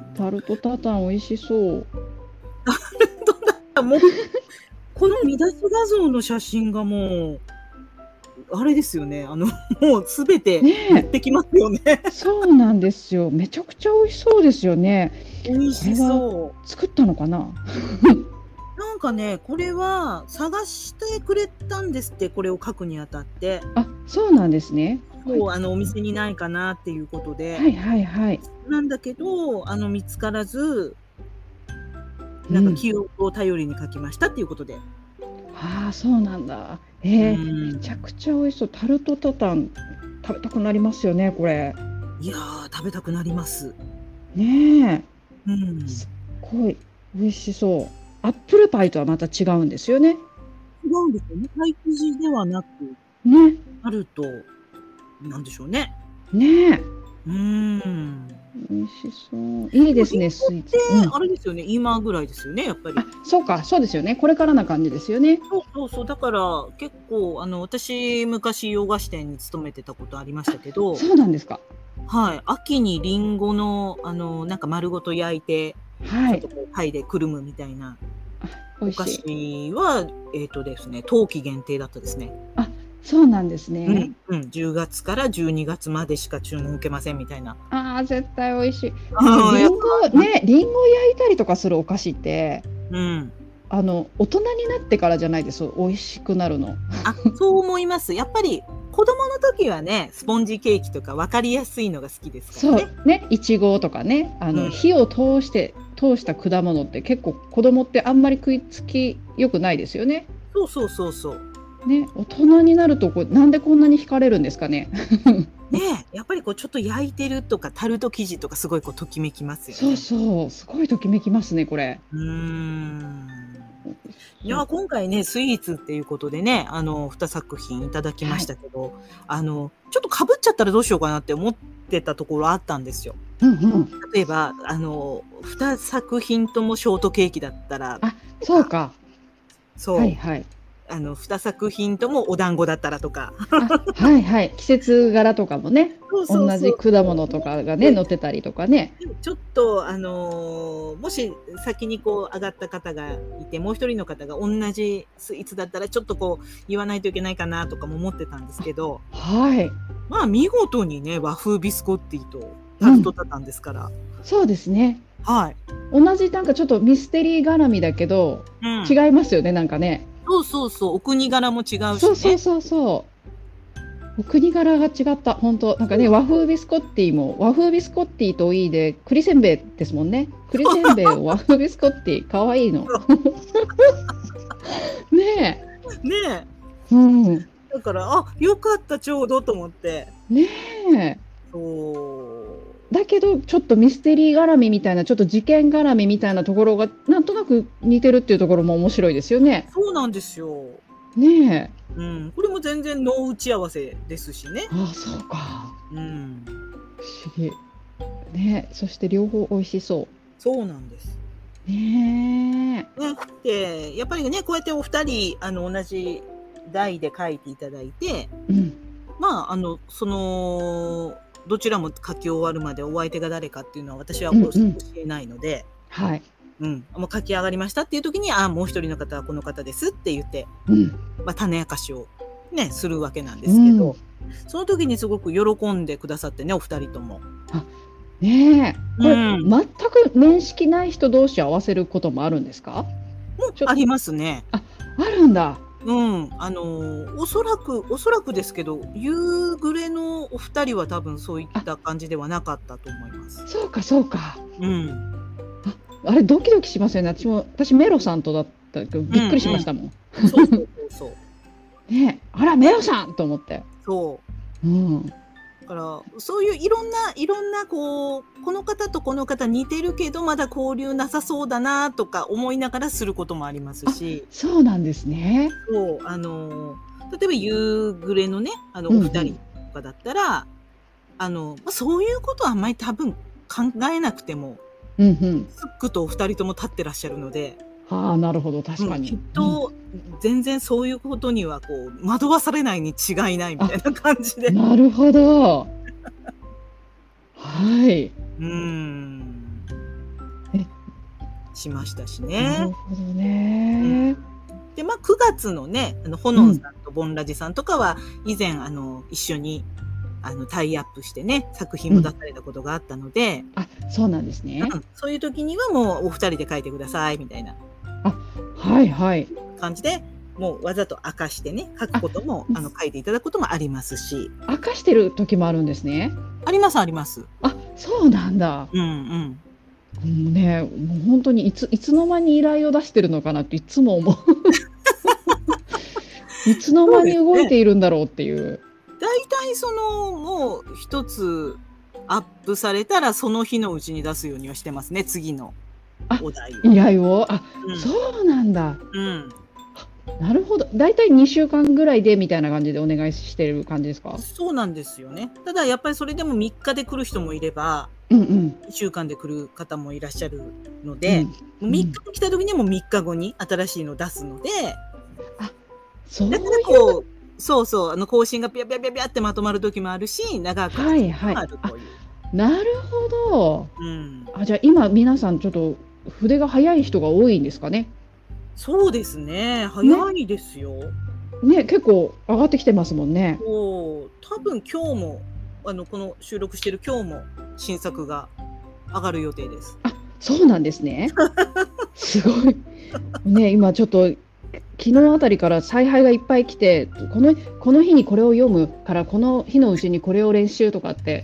B: タルトタタン美味しそう。
A: タルトタタンもこの見出し画像の写真がもうあれですよね。あのもうすべて持ってきますよね。ね
B: そうなんですよ。めちゃくちゃ美味しそうですよね。
A: 美味しそう。
B: 作ったのかな。
A: なんかね、これは探してくれたんですって。これを書くにあたって。
B: あ、そうなんですね。
A: そうあのお店にないかなっていうことで、
B: はいはいはい。
A: なんだけどあの見つからず、なんか記憶を頼りに書きましたっていうことで。
B: ああそうなんだ。えー、めちゃくちゃ美味しそう。タルトタタン食べたくなりますよねこれ。
A: いやー食べたくなります。
B: ねえ。うん。すっごい美味しそう。アップルパイとはまた違うんですよね。
A: 違うんですよね。パイ生地ではなく、
B: ね。
A: タルト。なんでしょうね。
B: ねえ。
A: うん。
B: 美味しそう。いいですね、スイーツ。
A: あれですよね、今ぐらいですよね、やっぱり。
B: あ、そうか、そうですよね。これからな感じですよね。
A: そうそうそう、だから結構あの私昔洋菓子店に勤めてたことありましたけど。
B: そうなんですか。
A: はい、秋にリンゴのあのなんか丸ごと焼いて、はい、ちょっとこうパイでくるむみたいなお菓子はえっとですね、冬季限定だったですね。
B: あ。そうなんですね、
A: うんうん。じゅうがつからじゅうにがつまでしか注文受けませんみたいな。
B: ああ、絶対美味しい。リンゴね、リンゴ焼いたりとかするお菓子って、うん、 あの大人になってからじゃないです、美味しくなるの。
A: あ、そう思います。やっぱり子供の時はね、スポンジケーキとか分かりやすいのが好きですから
B: そ
A: ね。
B: うね、いちごとかね、あの、
A: うん。
B: 火を通して通した果物って結構子供ってあんまり食いつき良くないですよね。
A: そうそうそうそう。
B: ね、大人になるとこうなんでこんなに惹かれるんですかね。
A: ねえ、やっぱりこうちょっと焼いてるとかタルト生地とかすごいこうときめきますよ
B: そう
A: ね。
B: そう、すごいときめきますね、これ。
A: うーん。いや、
B: そう。
A: 今回ね、スイーツっていうことでね、あの、にさく品いただきま
B: はい。
A: したけど、あの、ちょっとかぶっちゃったらどうしようかなって思ってたところあったんですよ。
B: うんうん。
A: 例えば、あの、にさく品ともショートケーキだったら
B: あ、
A: とか、
B: そうか。はい
A: そう、
B: はい。
A: あの、にさく品ともお団子だったらとか。
B: あ、はいはい。季節柄とかもね、
A: そう
B: 同
A: そうそう
B: じ果
A: そう。
B: 物とかがね、
A: で、
B: 載ってたりとかね。
A: でもちょっと、あの、もし先にこう上がった方がいて、もう一人の方が同じスイーツだったらちょっとこう言わないといけないかなとかも思ってたんですけど、
B: はい。
A: まあ見事にね、和風ビスコッティと
B: う
A: タルト
B: ん。
A: タタンですから。
B: そうですね。
A: はい。
B: 同じなんかちょっとミステリー絡みだけど、
A: うん。
B: 違いますよね、なんかね。
A: そうそうそう、お国柄も違うしね。
B: そうそうそうそう。お国柄が違った。本当なんかね、和風ビスコッティも、和風ビスコッティといいで、栗せんべいですもんね。栗せんべいを和風ビスコッティ、かわいいの。ね
A: ね
B: え。うん。
A: え。だから、あ、よかった、ちょうどと思って。
B: ねえ。
A: そう。
B: だけど、ちょっとミステリー絡みみたいな、ちょっと事件絡みみたいなところが、なんとなく似てるっていうところも面白いですよね。
A: そうなんですよ。
B: ねえ。
A: うん。これも全然ノー打ち合わせですしね。
B: ああ、そうか。
A: うん。
B: 不思議。ねえ、そして両方美味しそ
A: そうなんです。
B: う。ね
A: ね。で、やっぱりね、こうやってお二人、あの、同じ題で書いていただいて、
B: え。うん。
A: まあ、あの、その、どちらも書き終わるまでお相手が誰かっていうのは私は
B: うん
A: 教
B: うん。
A: えないので、
B: はい。
A: うん、もう書き上がりましたっていう時に、あ、もう一人の方はこの方ですって言って、
B: うん。
A: まあ、種明かしをね、するわけなんで
B: う
A: すけど、
B: ん。
A: その時にすごく喜んでくださってね、お二人とも。
B: あ、ねえ。
A: う
B: これ、
A: ん。
B: 全く面識ない人同士合わせることもあるんですか？ちょ
A: もありますね。
B: あ、あるんだ。
A: うん、あの、おそらくおそらくですけど、夕暮れのお二人は多分そういっ
B: あ、
A: た感じではなかったと思います。
B: そうかそうか。
A: うん。
B: あ、あれドキドキしますよね。私も私メロさんとだったけど、
A: うん
B: びっくりしま
A: うん。
B: したもん。
A: そうそうそうそう。
B: ねえ、あら、メロさんと思って。
A: そう。
B: うん。
A: だから、そういういろんないろんなこう、この方とこの方似てるけど、まだ交流なさそうだなとか思いながらすることもあります
B: あ、
A: し、
B: そうなんですね。
A: そう、あの、例えば夕暮れのね、あの、
B: うんう
A: お二人
B: ん。
A: とかだったら、あの、ま、そういうことはあんまり多分考えなくても、
B: うんうん。
A: スックとお二人とも立ってらっしゃるので、
B: ああ、なるほど、確
A: うん、きっ
B: かに。うん。
A: と全然そういうことにはこう惑わされないに違いないみた
B: あ、
A: いな感じで。
B: なるほど。はい。
A: うーん。
B: え、
A: しましたし
B: な
A: ね。
B: るほど
A: うん。
B: ね。
A: で、ま、くがつのね、あの、ほ
B: うん。
A: のんさんとボンラジさんとかは、以前あの、一緒にあの、タイアップしてね、作品
B: うん。
A: も出されたことがあったので、
B: あ、そうなんですね。
A: うん、そういう時にはもうお二人で書いてくださいみたいな
B: あ、はいはい。
A: 感じで、もうわざと明かしてね、書く
B: あ、
A: ことも、あの、書いていただくこともありますし。
B: 明かしてる時もあるんですね。
A: ありますあります。
B: あ、そうなんだ。
A: うんうん。
B: もうね、もう本当にいついつの間に依頼を出してるのかなっていつも思う。いつの
A: そう
B: 間に
A: ですね。
B: 動いているんだろうっていう。
A: 大体その、もう一つアップされたら、その日のうちに出すようにはしてますね、次の
B: あ、
A: お題を。
B: 依頼を、あ、
A: うん。
B: そうなんだ。
A: うん。
B: なるほど。だいたいにしゅうかんぐらいでみたいな感じでお願いしてる感じですか？
A: そうなんですよね。ただやっぱりそれでもみっかで来る人もいれば、
B: うんうん。
A: にしゅうかんで来る方もいらっしゃるの
B: う
A: で、
B: ん。
A: もう
B: うん。
A: みっかで来た時にはもうみっかごに新しいのを出すので、
B: あ、そうい
A: だから
B: う
A: こうそうそう、あの更新がピャピャピャピャってまとまる時もあるし、長く空く時
B: はいはい。あ、
A: もあるという。
B: なるほど。
A: うん。
B: あ、じゃあ今皆さんちょっと筆が早い人が多いんですかね？
A: そうですね、
B: ね。
A: 早いですよ。
B: ね、結構上がってきてますもんね。
A: そう、多分今日も、あの、この収録してる今日も新作が上がる予定です。
B: あ、 そうなんですね。すごい。ね、今ちょっと昨日あたりから采配がいっぱい来て、このこの日にこれを読むからこの日のうちにこれを練習とかって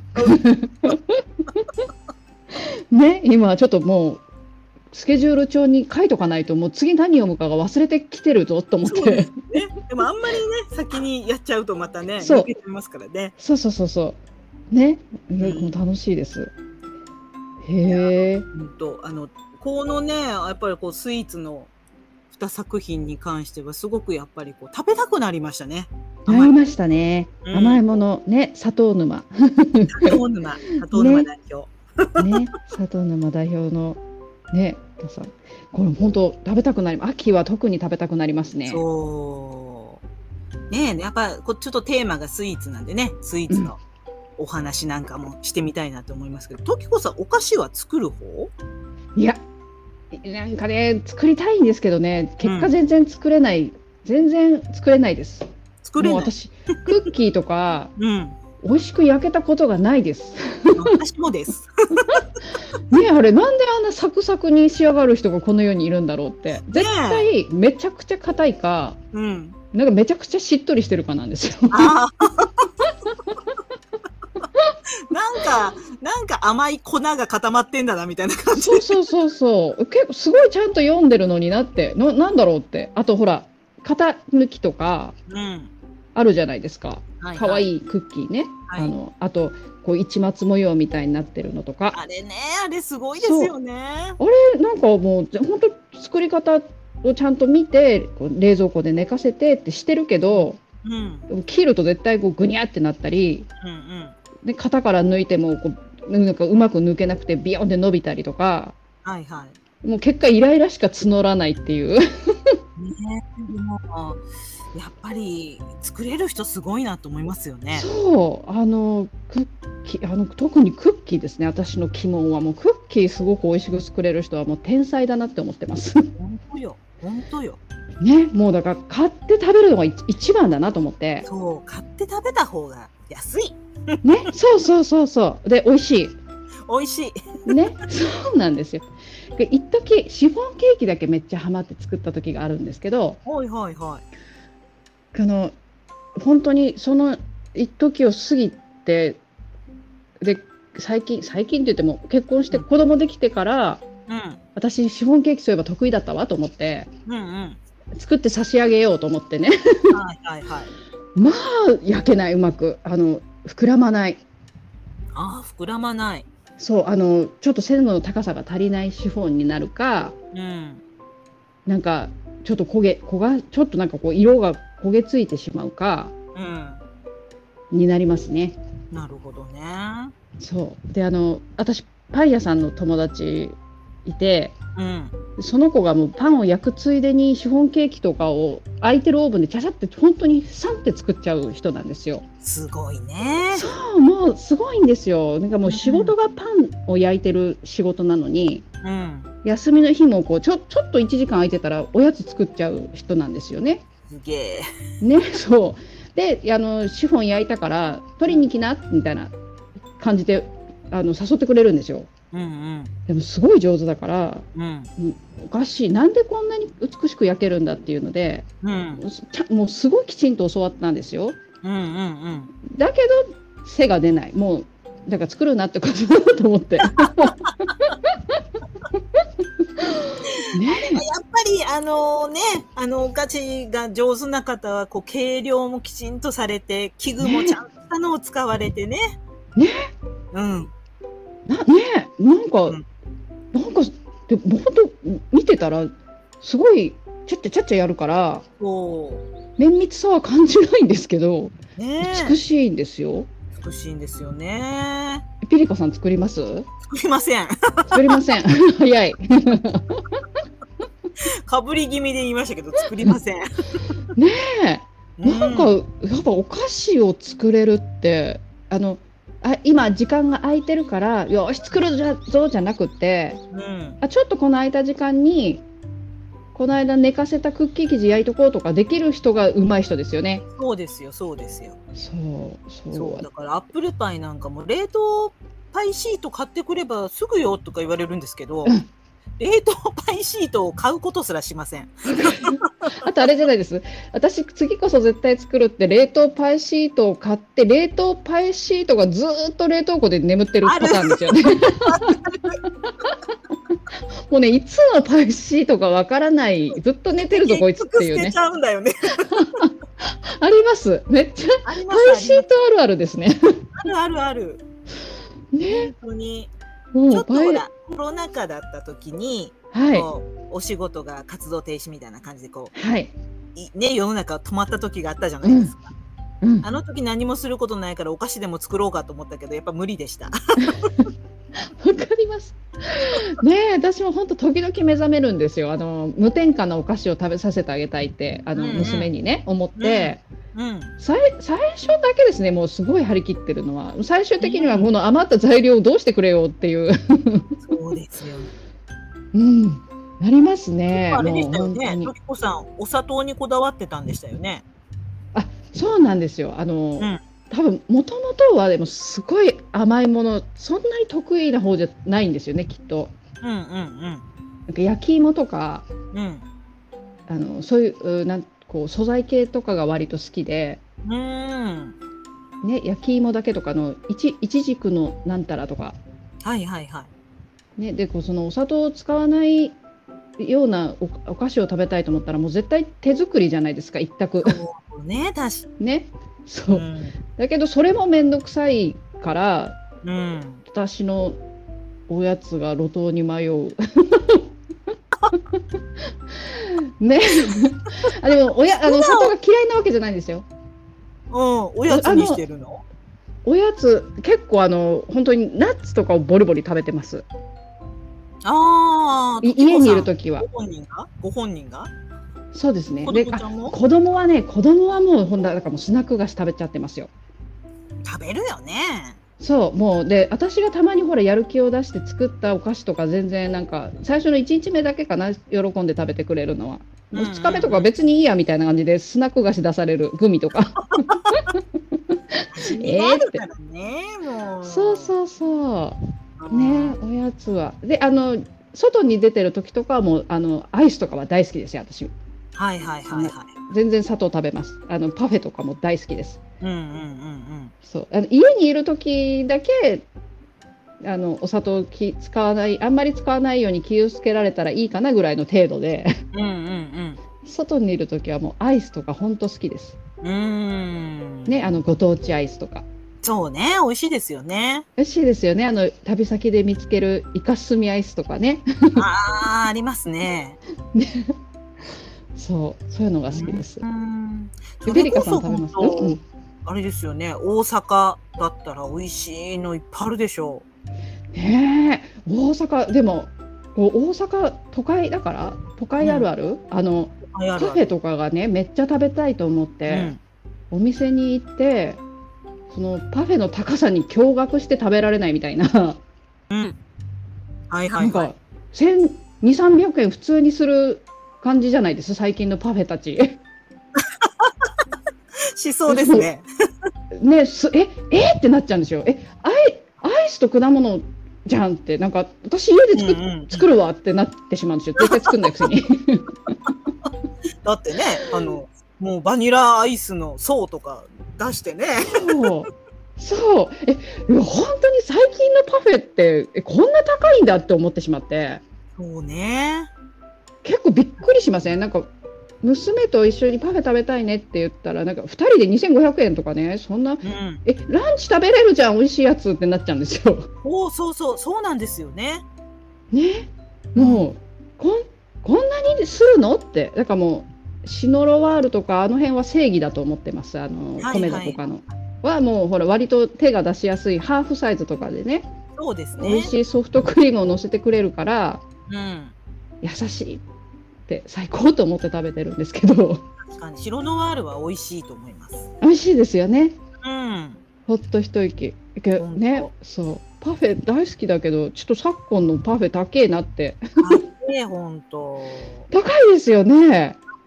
B: ね、今ちょっともうスケジュール帳に書いとかないともう次何読むかが忘れてきてるぞと思って。
A: ね、でもあんまりね先にやっちゃうとまたね
B: そう
A: 抜けちゃいますからね。
B: そうそうそうそうね、うん楽しいです。へえ。
A: うんとあのこのねやっぱりこうスイーツのにさく品に関してはすごくやっぱりこう食べたくなりましたね。
B: なりましたね。
A: うん、
B: 甘いものね、砂糖沼。
A: 砂糖沼、砂糖沼代表。
B: ね、ね砂糖沼代表のね、さこれ本当食べたくなり、秋は特に食べたくなりますね。
A: そうね、やっぱこちょっとテーマがスイーツなんでね、スイーツのお話なんかもしてみたいなと思いますけど、ときこさんお菓子は作る方？
B: いや、なんかね作りたいんですけどね、結果全然作れない、うん、全然作れないです。
A: 作れない。
B: もう私クッキーとか、
A: うん、
B: 美味しく焼けたことがないです。
A: 私もです。
B: ね、あれなんであんなサクサクに仕上がる人がこの世にいるんだろうって。絶対めちゃくちゃ硬いか、うん、なんかめちゃくちゃしっとりしてるかなんですよ。あ
A: なんかなんか甘い粉が固まってんだなみたいな感じ。
B: そうそうそうそう。結構すごいちゃんと読んでるのになってな、なんだろうって。あとほら型抜きとかあるじゃないですか。可愛、うん、いいクッキーね。はい、あのあとこう市松模様みたいになってるのとか。
A: あれね、あれすごいですよね。あ
B: れなんかもう本当作り方をちゃんと見て冷蔵庫で寝かせてってしてるけど、うん、切ると絶対こうグニャってなったり。うんうんで型から抜いてもこうなんかうまく抜けなくてビヨンって伸びたりとか、はいはい、もう結果イライラしか募らないっていう、ね、
A: でもやっぱり作れる人すごいなと思いますよね。
B: そうあのクッキーあの特にクッキーですね。私の鬼門はもうクッキーすごく美味しく作れる人はもう天才だなって思ってます。
A: 本当よ本当よ
B: ね、もうだから買って食べるのが一番だなと思って。
A: そう買って食べた方が安い
B: ね、そうそうそうそうで美味しい
A: 美味し
B: いね、そうなんですよ。一時シフォンケーキだけめっちゃハマって作った時があるんですけど、
A: はいはいはい、
B: あの本当にその一時を過ぎてで最近最近って言っても結婚して子供できてから、うん、私シフォンケーキそういえば得意だったわと思って、うんうん、作って差し上げようと思ってねはいはいはいまあ焼けない、うまくあの膨らまない。
A: ああ膨らまない。
B: そうあのちょっと鮮度の高さが足りないシフォンになるか、うん、なんかちょっと焦げ焦がちょっとなんかこう色が焦げついてしまうか、うん、になりますね。
A: なるほどね。
B: そうであの私パン屋さんの友達いて、うん、その子がもうパンを焼くついでにシフォンケーキとかを空いてるオーブンでチャチャって本当にサンって作っちゃう人なんですよ。
A: すごいね。
B: そうもうすごいんですよ。なんかもう仕事がパンを焼いてる仕事なのに、うん、休みの日もこうちょ、ちょっといちじかん空いてたらおやつ作っちゃう人なんですよね。
A: すげえ。
B: ね、そうであのシフォン焼いたから取りに来なみたいな感じであの誘ってくれるんですよ。うんうん、でもすごい上手だから、うん、おかしいなんでこんなに美しく焼けるんだっていうので、うん、もうすごいきちんと教わったんですよ、うんうんうん、だけど背が出ない。もうだから作るなってことだと思ってね、やっ
A: ぱりあのねあのお菓子が上手な方はこう計量もきちんとされて器具もちゃんとしたのを使われてね
B: ね、うんなねなんか、うん、なんかでも本当見てたらすごいちゃっちゃちゃっちゃやるから綿密さは感じないんですけど、ね、美しいんですよ。
A: 美しいんですよね。
B: ピリカさん作ります？
A: 作りません。
B: 作りません。早い。
A: かぶり気味で言いましたけど作りません。
B: ねえ、なんかやっぱお菓子を作れるってあのあ今時間が空いてるからよし作るぞじゃなくて、うん、あちょっとこの空いた時間にこの間寝かせたクッキー生地焼いとこうとかできる人が上手い人ですよね。
A: そうですよそうですよ。
B: そうそう
A: そうだからアップルパイなんかも冷凍パイシート買ってくればすぐよとか言われるんですけど、
B: うん、
A: 冷凍パイシートを買うことすらしません。
B: あとあれじゃないです。私次こそ絶対作るって冷凍パイシートを買って冷凍パイシートがずーっと冷凍庫で眠ってるパターンですよね。もうね、いつのパイシートかわからない、ずっと寝てるぞこいつっていうね。
A: 捨てちゃうんだよね。
B: あります。めっちゃパイシートあるあるですね。
A: あるあるある。
B: ね、
A: 本当に。
B: もう
A: ちょっとほらコロナ禍だった時に、
B: はい、
A: こうお仕事が活動停止みたいな感じでこう、
B: はい、
A: ね、世の中止まった時があったじゃないですか。
B: うんうん、
A: あの時何もすることないからお菓子でも作ろうかと思ったけどやっぱ無理でした。わか
B: ります。ねえ、私も本当時々目覚めるんですよ。あの無添加のお菓子を食べさせてあげたいってあの、うんうん、娘にね思って、うんうん、最, 最初だけですね、もうすごい張り切ってるのは最終的にはこの余った材料をどうしてくれよっていう、うん、
A: そうですよ、
B: うん、なりますね。
A: あれでしたよね、時子さんお砂糖にこだわってたんでしたよね。
B: あ、そうなんですよ。あの、うん、多分もともとはでもすごい甘いものそんなに得意な方じゃないんですよね、きっと。うんうんうん、なんか焼き芋とか、うん、あのそういうなんこう素材系とかが割と好きで、うん、ね、焼き芋だけとかのいちいちじくのなんたらとか、
A: はいはいはい、
B: ね、でこうそのお砂糖を使わないような お, お菓子を食べたいと思ったらもう絶対手作りじゃないですか、一択。
A: そうね、確かに
B: ね、そう、うん、だけどそれもめんどくさいから、うん、私のおやつが路頭に迷う。ね、あでもおやあの砂糖が嫌いなわけじゃないんですよ。
A: うん、おやつにしてるの？
B: おやつ結構あの本当にナッツとかをボリボリ食べてます。
A: ああ、
B: 家にいるときは。
A: ご本人が？ご本人が？
B: そうですね。で、あ、子供はね、子供はもうほんだからもうスナック菓子食べちゃってますよ。
A: 食べるよね。
B: そう、もうで私がたまにほらやる気を出して作ったお菓子とか全然なんか最初のいちにちめだけかな、喜んで食べてくれるのは。ふつかめとか別にいいやみたいな感じでスナック菓子出されるグミとか。
A: えーってね、もう。
B: そうそうそうね、おやつはであの外に出てる時とかはもうあのアイスとかは大好きですよ、私。
A: はいはいはいはい。
B: 全然砂糖食べます。あのパフェとかも大好きです。
A: うんうんうんうん。
B: そうあの家にいる時だけあのお砂糖き使わないあんまり使わないように気をつけられたらいいかなぐらいの程度で、うんうんうん、外にいる時はもうアイスとか本当好きです。うーん、ね、あのご当地アイスとか。
A: そうね、美味しいですよね。
B: 美味しいですよね。あの旅先で見つけるイカスミアイスとかね。
A: ああ、ありますね。
B: ね、そうそういうのが好きです。ベリカさん食べますか？うん、
A: あれですよね、大阪だったら美味しいのいっぱいあるでしょ
B: う。ねえ、大阪でも大阪都会だから都会あるある、うん、あのカフェとかがねめっちゃ食べたいと思って、うん、お店に行ってそのパフェの高さに驚愕して食べられないみたいな、うん、はいはいはい、なんかせんにひゃくさんびゃくえん普通にする感じじゃないです最近のパフェたち。
A: しそうですね。
B: ね、すええってなっちゃうんですよ。えアイアイスと果物じゃんってなんか私家で作、うんうん、作るわってなってしまうんですよ。絶対作んないくせに。
A: だってね、あのもうバニラアイスの層とか出してね。
B: そうそうえ本当に最近のパフェってえこんな高いんだって思ってしまって。
A: そうね。
B: 結構びっくりしません？なんか娘と一緒にパフェ食べたいねって言ったらなんかふたりでにせんごひゃくえんとかね、そんな、うん、えランチ食べれるじゃん美味しいやつってなっちゃうんですよ。
A: おそうそうそうなんですよね。
B: ね、もうこんこんなにするのってだからもうシノロワールとかあの辺は正義だと思ってます。あの米田とかのはもうほら割と手が出しやすいハーフサイズとかでね、
A: そうですね、
B: 美味しいソフトクリームを乗せてくれるから、うん、優しいって最高と思って食べてるんですけど。
A: 確かにシロノワールは美味しいと思います。
B: 美味しいですよね。
A: うん。
B: ほっと一息。ね、そうパフェ大好きだけどちょっと昨今のパフェ高えなって。
A: 高え本当。
B: 高いですよね。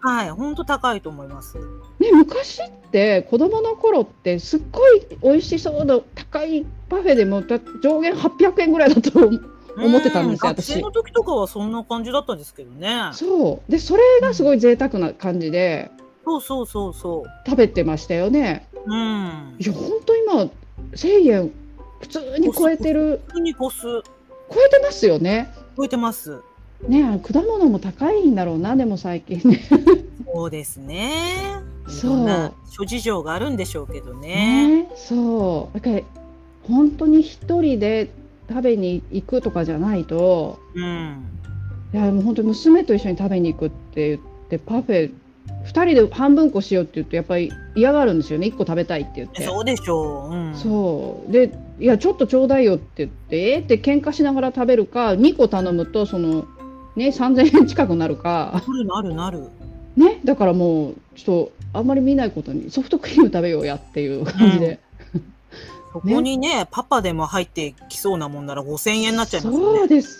A: はい、本当高いと思います。
B: ね、昔って子供の頃ってすっごい美味しそうな高いパフェでもだ上限はっぴゃくえんぐらいだと思ってたんですよ、
A: 学生
B: 私。
A: の時とかはそんな感じだったんですけどね。
B: そう。で、それがすごい贅沢な感じで
A: そうそうそうそう。
B: 食べてましたよね。
A: うん。
B: いや、本当今せんえん普通に超えてる。
A: 普通にコス。
B: 超えてますよね。
A: 超えてます。
B: ね、果物も高いんだろうな、でも最近ね。
A: そうですね。
B: そ
A: いろんな
B: う。
A: 諸事情があるんでしょうけどね。
B: ね、そう。だから本当に一人で食べに行くとかじゃないと、
A: うん。
B: いやもう本当に娘と一緒に食べに行くって言ってパフェふたりで半分こしようって言うとやっぱり嫌がるんですよね。いっこ食べたいって言って。
A: そうでしょう。うん。
B: そうで、いやちょっとちょうだいよって言ってえーって喧嘩しながら食べるか、にこ頼むとそのねさんぜんえん近くなるか。
A: なるなるなる。
B: ね、だからもうちょっとあんまり見ないことにソフトクリーム食べようやっていう感じで。
A: そこにね、パパでも入ってきそうなもんならごせんえんになっちゃいますよね。
B: そうです。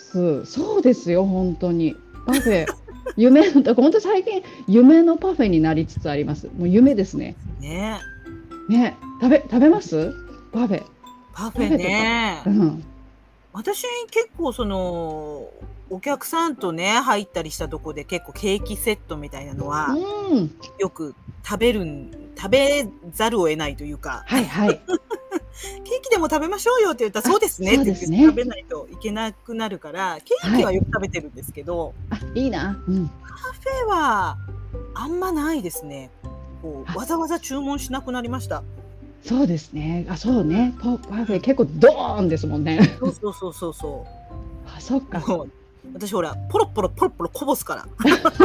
B: そうですよ、本当に。パフェ。夢の、だから本当最近、夢のパフェになりつつあります。もう夢ですね。
A: ね。
B: ね、食べ、食べますパフェ。
A: パフェね。
B: うん。
A: 私結構その、お客さんとね、入ったりしたとこで結構ケーキセットみたいなのは、
B: うん。
A: よく食べるん、食べざるを得ないというか、
B: はいはい。
A: ケーキでも食べましょうよって言ったら、そうですねって言って食べないといけなくなるから、ケーキはよく食べてるんですけど、
B: あ、いいな。うん。
A: パフェはあんまないですね。こうわざわざ注文しなくなりました。
B: そうですね。あ、そうね。パパフェ結構ドーンですもんね。
A: そうそうそうそうそう。
B: あ、そっか。
A: もう私ほらポロポロポロポロこぼすから。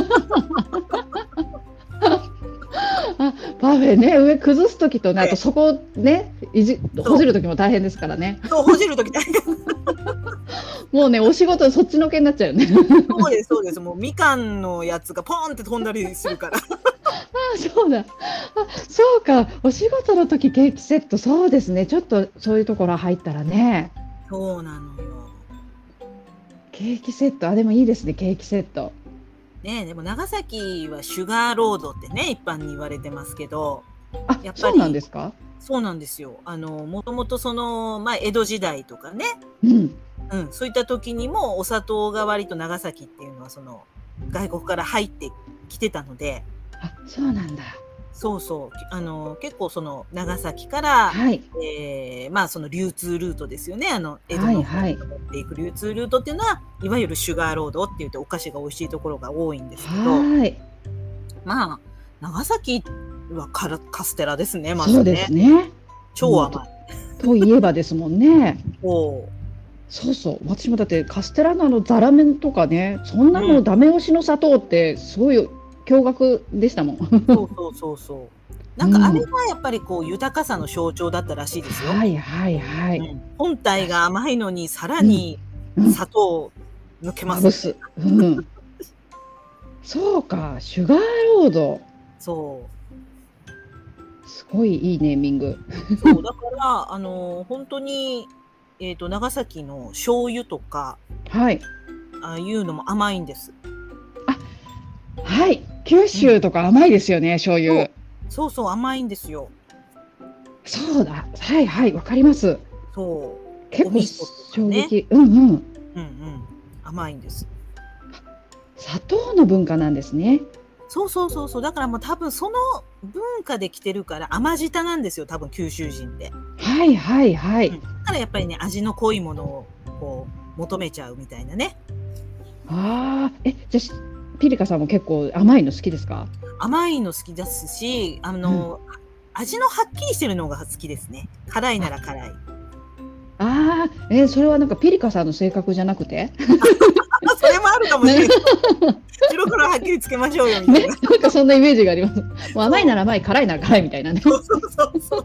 B: あ、パフェね、上崩す時とね、あとそこね、いじほじる時も大変ですからね。
A: そう、ほじる時大変。
B: もうね、お仕事そっちのけになっちゃうよね。
A: そうですそうです。もうみかんのやつがポーンって飛んだりするから。
B: あ、そうだ。あ、そうか。お仕事の時ケーキセット、そうですね。ちょっとそういうところ入ったらね。
A: そうなのよ。
B: ケーキセット、あ、でもいいですね。ケーキセット。
A: ねえ、でも長崎はシュガーロードってね、一般に言われてますけど、
B: あ、
A: やっぱり
B: そうなんですか？
A: そうなんですよ。あの、もともとその、まあ、江戸時代とかね、
B: うん。
A: うん、そういった時にもお砂糖が割と長崎っていうのはその外国から入ってきてたので、
B: あ、そうなんだ。
A: そうそう、あの、結構その長崎から、
B: はい。
A: えーまあその流通ルートですよね。あの、江戸の方
B: はいはい。
A: に持っていく流通ルートっていうのは、いわゆるシュガーロードって言ってお菓子が美味しいところが多いんですけど、
B: はい。
A: まあ、長崎はカラカステラですね、まず
B: そうです
A: ね。
B: ね。
A: 超甘い。
B: といえばですもんね。
A: こ
B: そうそう。私もだってカステラのあのザラメとかね、そんな
A: うん
B: のダメ押しの砂糖ってすごい驚愕でしたもん。
A: う、そうそうそうそう。なんかあれがやっぱりこう豊かさの象徴だったらしいですよ。
B: はいはいは
A: う
B: い。
A: ん、本体が甘いのにさらに
B: うん。
A: 砂糖を抜けま
B: まぶ
A: す。
B: す。うん。そうか、シュガーロード。
A: そ
B: すごいいいネーミング。
A: う。そう。だから、あの、本当に、えっと、長崎の醤油とか、
B: はい。
A: ああいうのも甘いんです。
B: はい。九州とか甘いですよね、醤
A: そ
B: 油
A: う。そうそう、甘いんですよ。
B: そうだ。はいはい、わかります。
A: そう。
B: 結構
A: お味噌とか
B: 衝
A: ね。
B: 撃。うんうん。
A: うんうん。甘いんです。
B: 砂糖の文化なんですね。
A: そうそうそうそう。だからもう多分その文化で来てるから甘舌なんですよ、多分九州人って。
B: はいはいは
A: うん。
B: い。
A: だからやっぱりね、味の濃いものをこう求めちゃうみたいなね。
B: ああ、え、じゃあしピリカさんも結構甘いの好きですか？
A: 甘いの好きですし、あ
B: うん。
A: の、味のはっきりしてるのが好きですね。辛いな
B: あ、
A: ら辛い。
B: ああ、えーそれはなんかピリカさんの性格じゃなくて？
A: あ、それもあるかもしれな
B: ね、
A: い。白黒はっきりつけましょうよみたい
B: ね、
A: な。
B: なんかそんなイメージがあります。もう甘いな
A: そう。
B: ら甘い、辛いなら辛いみたいなね。
A: そうそうそうそう。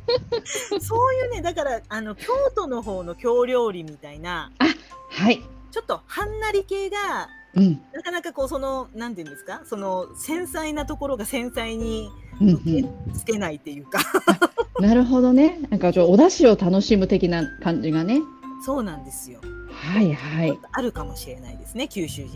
A: そういうね、だから、あの、京都の方の京料理みたいな、
B: あ、はい。
A: ちょっとはんなり系が、
B: うん。
A: なかなかこう、その、なんていうんですか、その、繊細なところが繊細に
B: うんう
A: 受け
B: ん。
A: 付けないっていうか。
B: あ、なるほどね。なんかちょお出汁を楽しむ的な感じがね。
A: そうなんですよ。
B: はいはい。
A: ちょっとあるかもしれないですね、九州人は。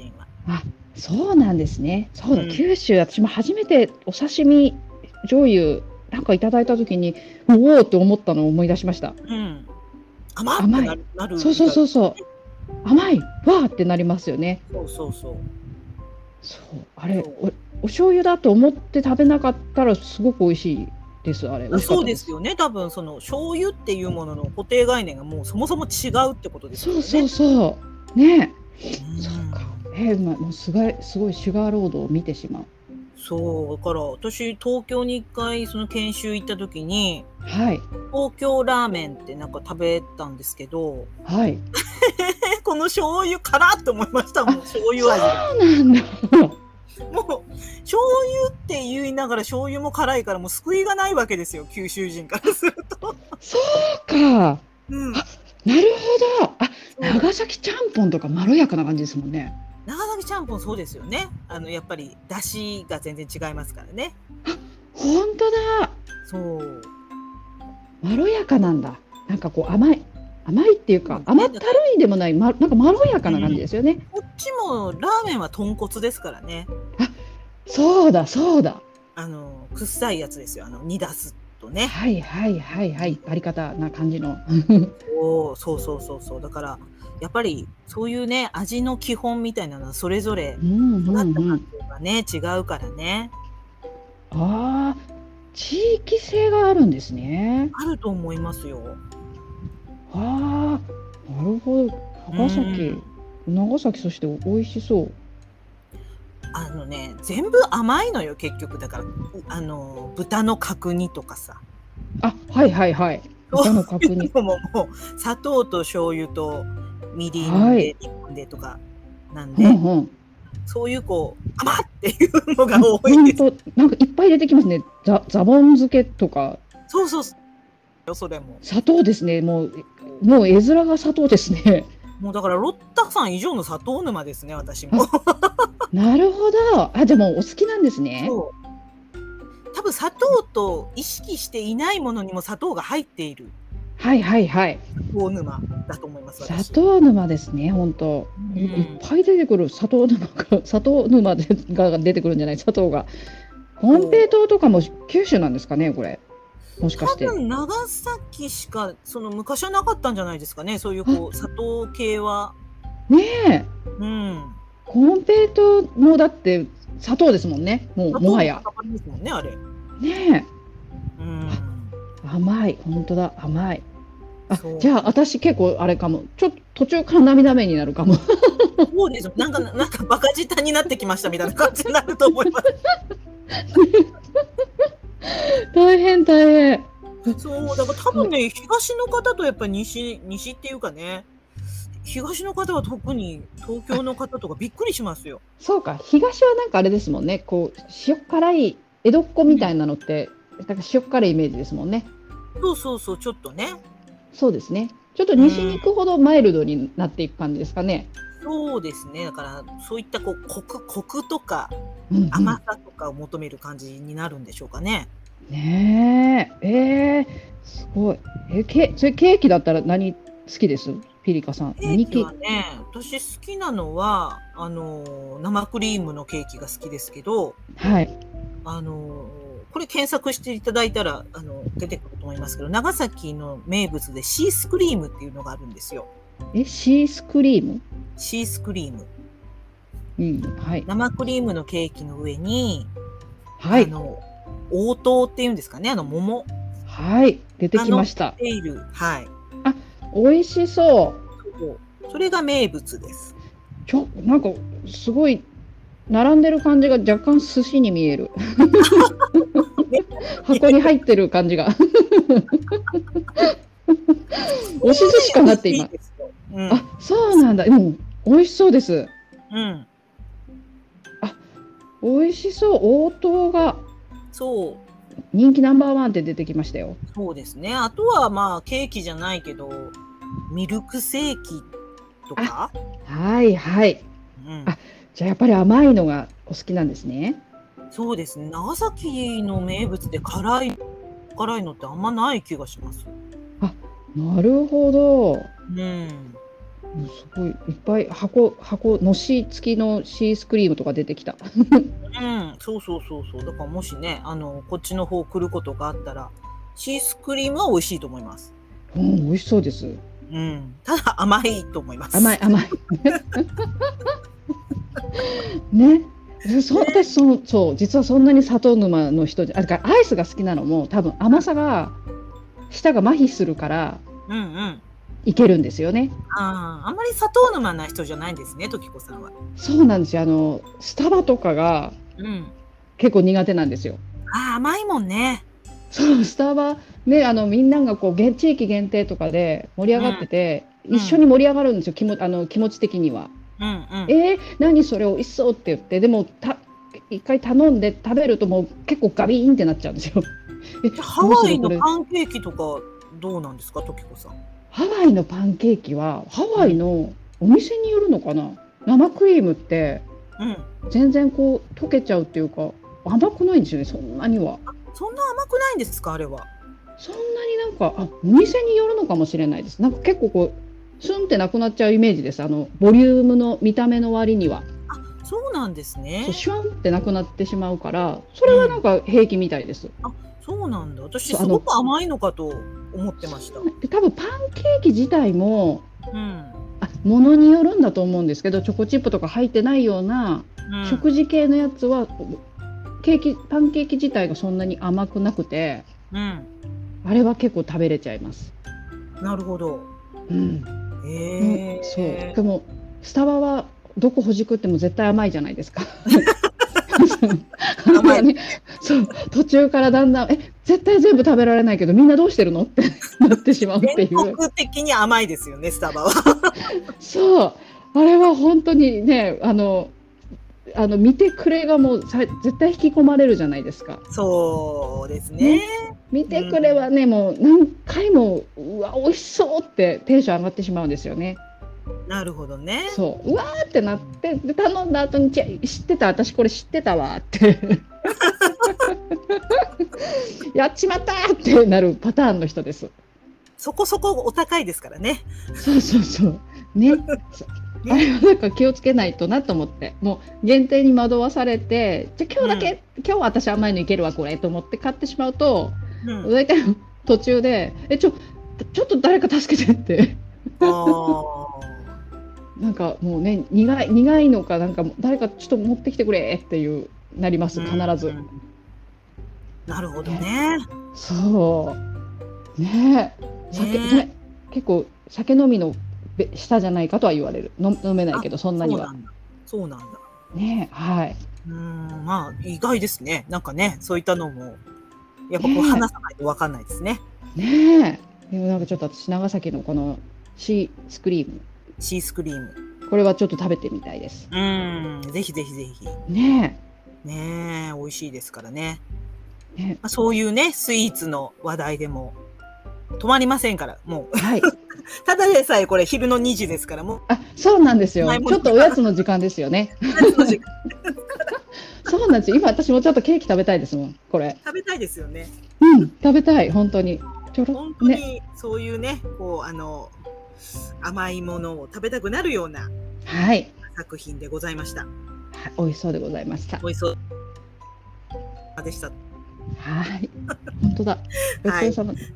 B: あ、そうなんですね。そうだ、
A: うん。
B: 九州、私も初めてお刺身醤油なんかいただいた時に、おおって思ったのを思い出しました。
A: うん。甘って
B: 甘い。
A: なるなる
B: そうそう
A: みたい
B: そうそう。
A: ね。
B: 甘い、わーってなりますよね。
A: そうそうそう。
B: そう、あれ、
A: そう。
B: おお醤油だと思って食べなかったらすごく美味しいです。あれ、美
A: あ、
B: 味しかっ
A: そう
B: たです。
A: ですよね。多分その醤油っていうものの固定概念がもうそもそも違うってことです
B: そうそう
A: からね。
B: そう。ね。
A: う
B: そうか。
A: ん。
B: えー、ま、もうすごいすごいシュガーロードを見てしまう。
A: そう、だから私東京にいっかいその研修行った時に、
B: はい。
A: 東京ラーメンってなんか食べたんですけど、
B: はい。
A: え、この醤油辛って思いましたもん、
B: あ、
A: 醤
B: そ
A: 油味が。
B: うなんだ。
A: もう、醤油って言いながら醤油も辛いからもう救いがないわけですよ、九州人からすると。
B: そうか。あ、
A: うん。
B: なるほど。あ、
A: そう。
B: 長崎ちゃんぽんとかまろやかな感じですもんね。
A: 長崎ちゃんぽんそうですよね。あのやっぱり出汁が全然違いますからね。
B: あ、ほんとだ。
A: そう。
B: まろやかなんだ。なんかこう甘い甘いっていうか、
A: そうですね、
B: 甘ったる
A: だから
B: いでもない、まなんかまろやかな感じ
A: うん。
B: ですよね。
A: こっちもラーメンは豚骨ですからね。
B: あ、そうだそうだ。
A: あの、臭いやつですよ、あの煮出すとね。
B: はいはいはいは
A: うん。
B: い、あり方な感じの。
A: そう、そうそうそうそう。だからやっぱりそういうね、味の基本みたいなのはそれぞれ
B: うんう
A: 育った環
B: んうん。
A: 境がね、違うからね。
B: ああ、地域性があるんですね。
A: あると思いますよ。
B: ああ、なるほど。
A: う
B: 長崎
A: ん。
B: 長崎、そして美味しそう。
A: あのね、全部甘いのよ、結局だから。うあの、豚の角煮とかさ。
B: あ、はいはいはい。
A: そう
B: 豚の角煮。
A: いうのももう砂糖と醤油とみりん
B: はい。
A: で煮込んでとかなん
B: ふん
A: で、
B: ふん。
A: そういうこう、甘っていうのが
B: あ、
A: 多いです。
B: ほんと、なんかいっぱい出てきますね。ザザボン漬けとか。
A: そうそう、すよ、それも。
B: 砂糖ですね。もう、
A: そう。
B: もう絵面が砂糖ですね。
A: もうだからロッタさん以上の砂糖沼ですね、私も。
B: あ、なるほど。あ、でもお好きなんですね。
A: そう。多分砂糖と意識していないものにも砂糖が入っている。
B: はいはいはい。
A: 砂糖沼だと思います、
B: 砂
A: 私。
B: 糖沼ですね、ほんと。
A: う
B: いいっ
A: ん。
B: ぱい出てくる砂糖沼が砂糖沼でが出てくるんじゃない、砂糖が。金
A: そう。
B: 平糖とかも九州なんですかね、これ。もしかして。
A: 多分長崎しか、その昔はなかったんじゃないですかね、そういう
B: あ、
A: こう砂糖系は。
B: ねえ。
A: うん。
B: 金平糖もだって砂糖ですもんね、もう
A: 砂糖の
B: もはや。
A: 塊ですもんね、あれ。
B: ねえ。
A: う
B: あ、
A: ん。
B: 甘い、ほんとだ、甘い。あ、
A: そう。
B: じゃあ、私結構あれかも、ちょっと途中から涙目になるかも。
A: そうですよ。なんかなんか馬鹿舌になってきましたみたいな感じになると思います。
B: 大変大変。
A: そう、だから多
B: すごい。
A: 分ね、東の方とやっぱり西西っていうかね、東の方は特に東
B: あ、
A: 京の方とかびっくりしますよ。
B: そうか、東はなんかあれですもんね、こう塩辛い江戸っ子みたい
A: うん。
B: なのって、なんか塩辛いイメージですもんね。
A: そうそうそう、ちょっとね。
B: そうですね。ちょっと
A: うん。
B: 西に行くほどマイルドになっていく感じですかね。
A: そうですね。だからそういったこうコクコクとか
B: うんう
A: 甘
B: ん。
A: さとかを求める感じになるんでしょうかね。
B: ねえ、ええ、すごい。え、ケそれケーキだったら何好きです？ピリカさん。
A: ケー
B: 何ケ
A: キはね、私好きなのは、あの、生クリームのケーキが好きですけど、
B: はい。
A: あの、これ検索していただいたら、あの、出てくると思いますけど、長崎の名物でシースクリームっていうのがあるんですよ。
B: え、シースクリーム？
A: シースクリーム。
B: うん、はい。
A: 生クリームのケーキの上に、
B: はい。
A: あの、黄桃っていうんですかね、あの桃
B: はい、出て
A: が乗っ
B: きました。
A: ている、はい。
B: あ、美味しそう。
A: そう。それが名物です。
B: ちょなんかすごい並んでる感じが若干寿司に見える。
A: ね、
B: 箱に入ってる感じが。
A: それ
B: 押し寿司か
A: もね、美味
B: なって今。
A: しいですよ。う
B: あ、
A: ん。
B: そうなんだ。うん、美味しそうです。
A: うん。
B: あ、美味しそう。応答が
A: そう。
B: 人気ナンバーワンって出てきましたよ。
A: そうですね。あとはまあ、ケーキじゃないけど、ミルクセーキと
B: あ、
A: か、
B: はいはい。
A: うん。
B: あ、じゃあやっぱり甘いのがお好きなんですね。
A: そうですね。長崎の名物で辛い辛いのってあんまない気がします。
B: あ、なるほど。
A: うん。
B: すごいいっぱい箱箱のし付きのシースクリームとか出てきた。
A: うん、そうそうそうそう。だからもしね、あのこっちの方来ることがあったら、シースクリームは美味しいと思います。
B: うん、美味しそうです。
A: うん、ただ甘いと思います。
B: 甘い甘い。ね。そ私そそう実はそんなに砂糖沼の人で、あだからアイスが好きなのも多分甘さが舌が麻痺するから
A: うんうん。
B: いけるんですよね。
A: ああ、あんまり砂糖沼な人じゃないんですね、時子さんは。
B: そうなんですよ。あのスタバとかが
A: うん。
B: 結構苦手なんですよ。
A: ああ、甘いもんね。
B: そうスタバね、あのみんながこう現地域限定とかで盛り上がってて、
A: うん
B: 一緒に盛り上がるんですよ、気もあの気持ち的には。
A: うんうん。
B: えー、何それ美味しそうって言って、でもた一回頼んで食べるともう結構ガビーンってなっちゃうんですよ。え
A: ハワイのパンケーキとかどうなんですか、時子さん。
B: ハワイのパンケーキはハワイのお店によるのかな。生クリームって
A: うん。
B: 全然こう溶けちゃうっていうか甘くないんですよね、そんなには。
A: そんな甘くないんですか、あれは。
B: そんなになんかあお店によるのかもしれないです。なんか結構こうスンってなくなっちゃうイメージです。あのボリュームの見た目の割には。
A: あ、そうなんですね。
B: そうシュワンってなくなってしまうから、それはなんか平気みたいです。
A: あ、そうなんだ。私すごく甘いのかと思ってました。
B: 多分パンケーキ自体も、
A: うん、
B: あものによるんだと思うんですけど、チョコチップとか入ってないような、うん、食事系のやつはケーキパンケーキ自体がそんなに甘くなくて、
A: うん、
B: あれは結構食べれちゃいます。
A: なるほど。
B: うん、
A: へえ。
B: そうでもスタバはどこほじくっても絶対甘いじゃないですか。甘いね、そう途中からだんだんえ絶対全部食べられないけどみんなどうしてるのってなってしまうっていう。
A: 全国的に甘いですよね、スタバは。
B: そうあれは本当にね、あのあの見てくれがもうさ絶対引き込まれるじゃないですか。
A: そうですね。ね
B: 見てくれはね、うん、もう何回もうわ美味しそうってテンション上がってしまうんですよね。
A: なるほどね。
B: そううわーってなってで頼んだ後に知ってた私これ知ってたわってやっちまったってなるパターンの人です。
A: そこそこお高いですからね。
B: そうそうそうね。あれはなんか気をつけないとなと思って、もう限定に惑わされてじゃあ今日だけ、うん、今日は私甘いのいけるわこれと思って買ってしまうと、うん、大体途中でえちょちょっと誰か助けてってあなんかもうね苦い苦いのかなんか誰かちょっと持ってきてくれっていうなります必ず、うんうん、
A: なるほどね。
B: そうね酒ね結構酒飲みの下じゃないかとは言われる。の飲めないけどそんなには。
A: そうなんだ。
B: ねはい。
A: うーんまあ意外ですね。なんかねそういったのもやっぱこう話さないと分かんないですね。
B: ねえ。でもなんかちょっと私長崎のこのシースクリーム。
A: シースクリーム。
B: これはちょっと食べてみたいです。
A: うーんぜひぜひぜひ。
B: ね
A: え。ねえ美味しいですからね。ねまあ、そういうねスイーツの話題でも止まりませんからもう。はい。ただでさえこれ昼のにじですからもう
B: あそうなんですよ。ちょっとおやつの時間ですよね。おやつの時間そうなんですよ。今私もちょっとケーキ食べたいですもんこれ。
A: 食べたいですよね。
B: うん食べたい本当に。
A: ちょろ本当にそういうねこうあの甘いものを食べたくなるようなはい作品でございました。はい
B: 美味しそうでございました。
A: 美味しそうでした。
B: はい本当だ。ごちそうさま。はい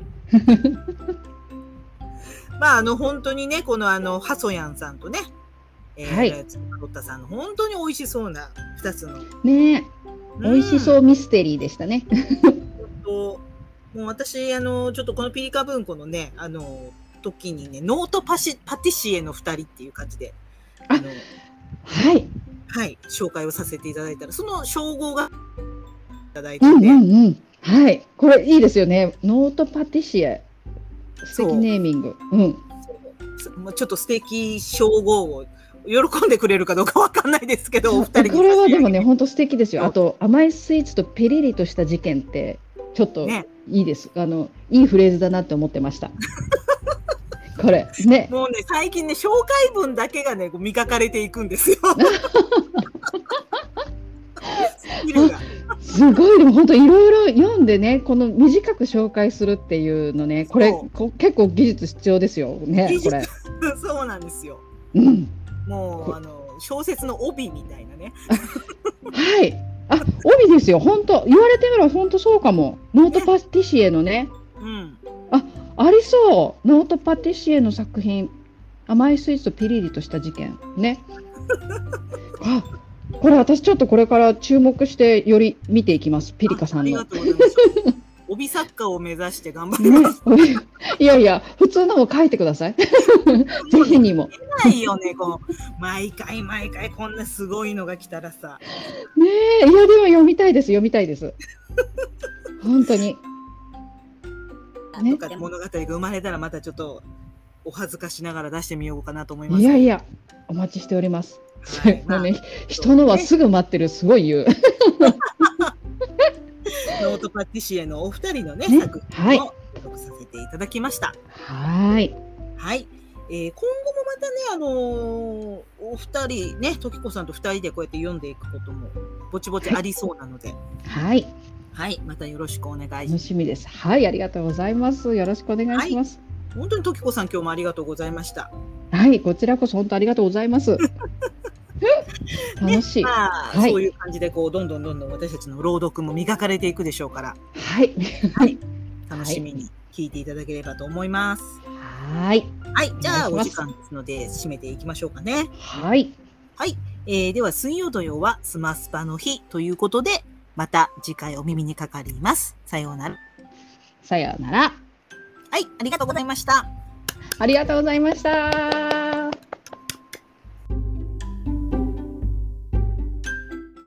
A: まああの本当にねこのあのハソヤンさんとね、えー、はい、ロッタさんの本当に美味しそうなふたつの
B: ね、うん、美味しそうミステリーでしたね。
A: もう私あのちょっとこのピリカ文庫のねあの時にねノートパシパティシエのふたりっていう感じであの
B: はい
A: はい紹介をさせていただいたらその称号がいただいてて、
B: うんうんうん、はいこれいいですよねノートパティシエ。素敵ネーミング。うん。
A: ちょっと素敵称号を喜んでくれるかどうかわかんないですけど、お二人に
B: これはでもね、本当素敵ですよ。あと甘いスイーツとペリリとした事件ってちょっといいです。ね、あのいいフレーズだなって思ってました。これね。
A: もうね最近ね紹介文だけがね磨かれていくんですよ。
B: すごいでも本当いろいろ読んでねこの短く紹介するっていうのねこれこ結構技術必要ですよねこれ。
A: そうなんですよ。
B: うん。
A: もうあの小説の帯みたいなね。
B: はい。あ、帯ですよ。本当言われてみれば本当そうかも。ノートパティシエのね。
A: うん。
B: あ、ありそう。ノートパティシエの作品。甘いスイーツとピリリとした事件ね。あ、これ私ちょっとこれから注目してより見ていきます。ピリカさんの。あり
A: がとうございます。帯作家を目指して頑張ります。
B: ね、いやいや、普通のも書いてください。ぜひにも。
A: ないよね、こう毎回毎回こんなすごいのが来たらさ。
B: ねえ、いやでも読みたいです、読みたいです。本当に。
A: ね、とか物語が生まれたらまたちょっとお恥ずかしながら出してみようかなと思います。
B: いやいや、お待ちしております。はい、まあね、人のはすぐ待ってる、すごい言う。
A: ノートパティシエのお二人のね、ね作品を読させていただきました。
B: はい。
A: はい。えー、今後もまたね、あのー、お二人ね、時子さんと二人でこうやって読んでいくこともぼちぼちありそうなので。
B: はい。
A: はい、またよろしくお願いします。
B: 楽しみです。はい、ありがとうございます。よろしくお願いします。はい、
A: 本当に時子さん、今日もありがとうございました。
B: はい、こちらこそ本当ありがとうございます。楽しい。
A: ね、まあ、はい、そういう感じでこうどんどんどんどん私たちの朗読も磨かれていくでしょうから、
B: はい、
A: はい、楽しみに聞いていただければと思います。
B: はい、
A: はい、じゃあお時間ですので締めていきましょうかね。
B: はい、
A: はい、えー、では水曜土曜はスマスパの日ということで、また次回お耳にかかります。さようなら。
B: さようなら。
A: はい、ありがとうございました。
B: ありがとうございました。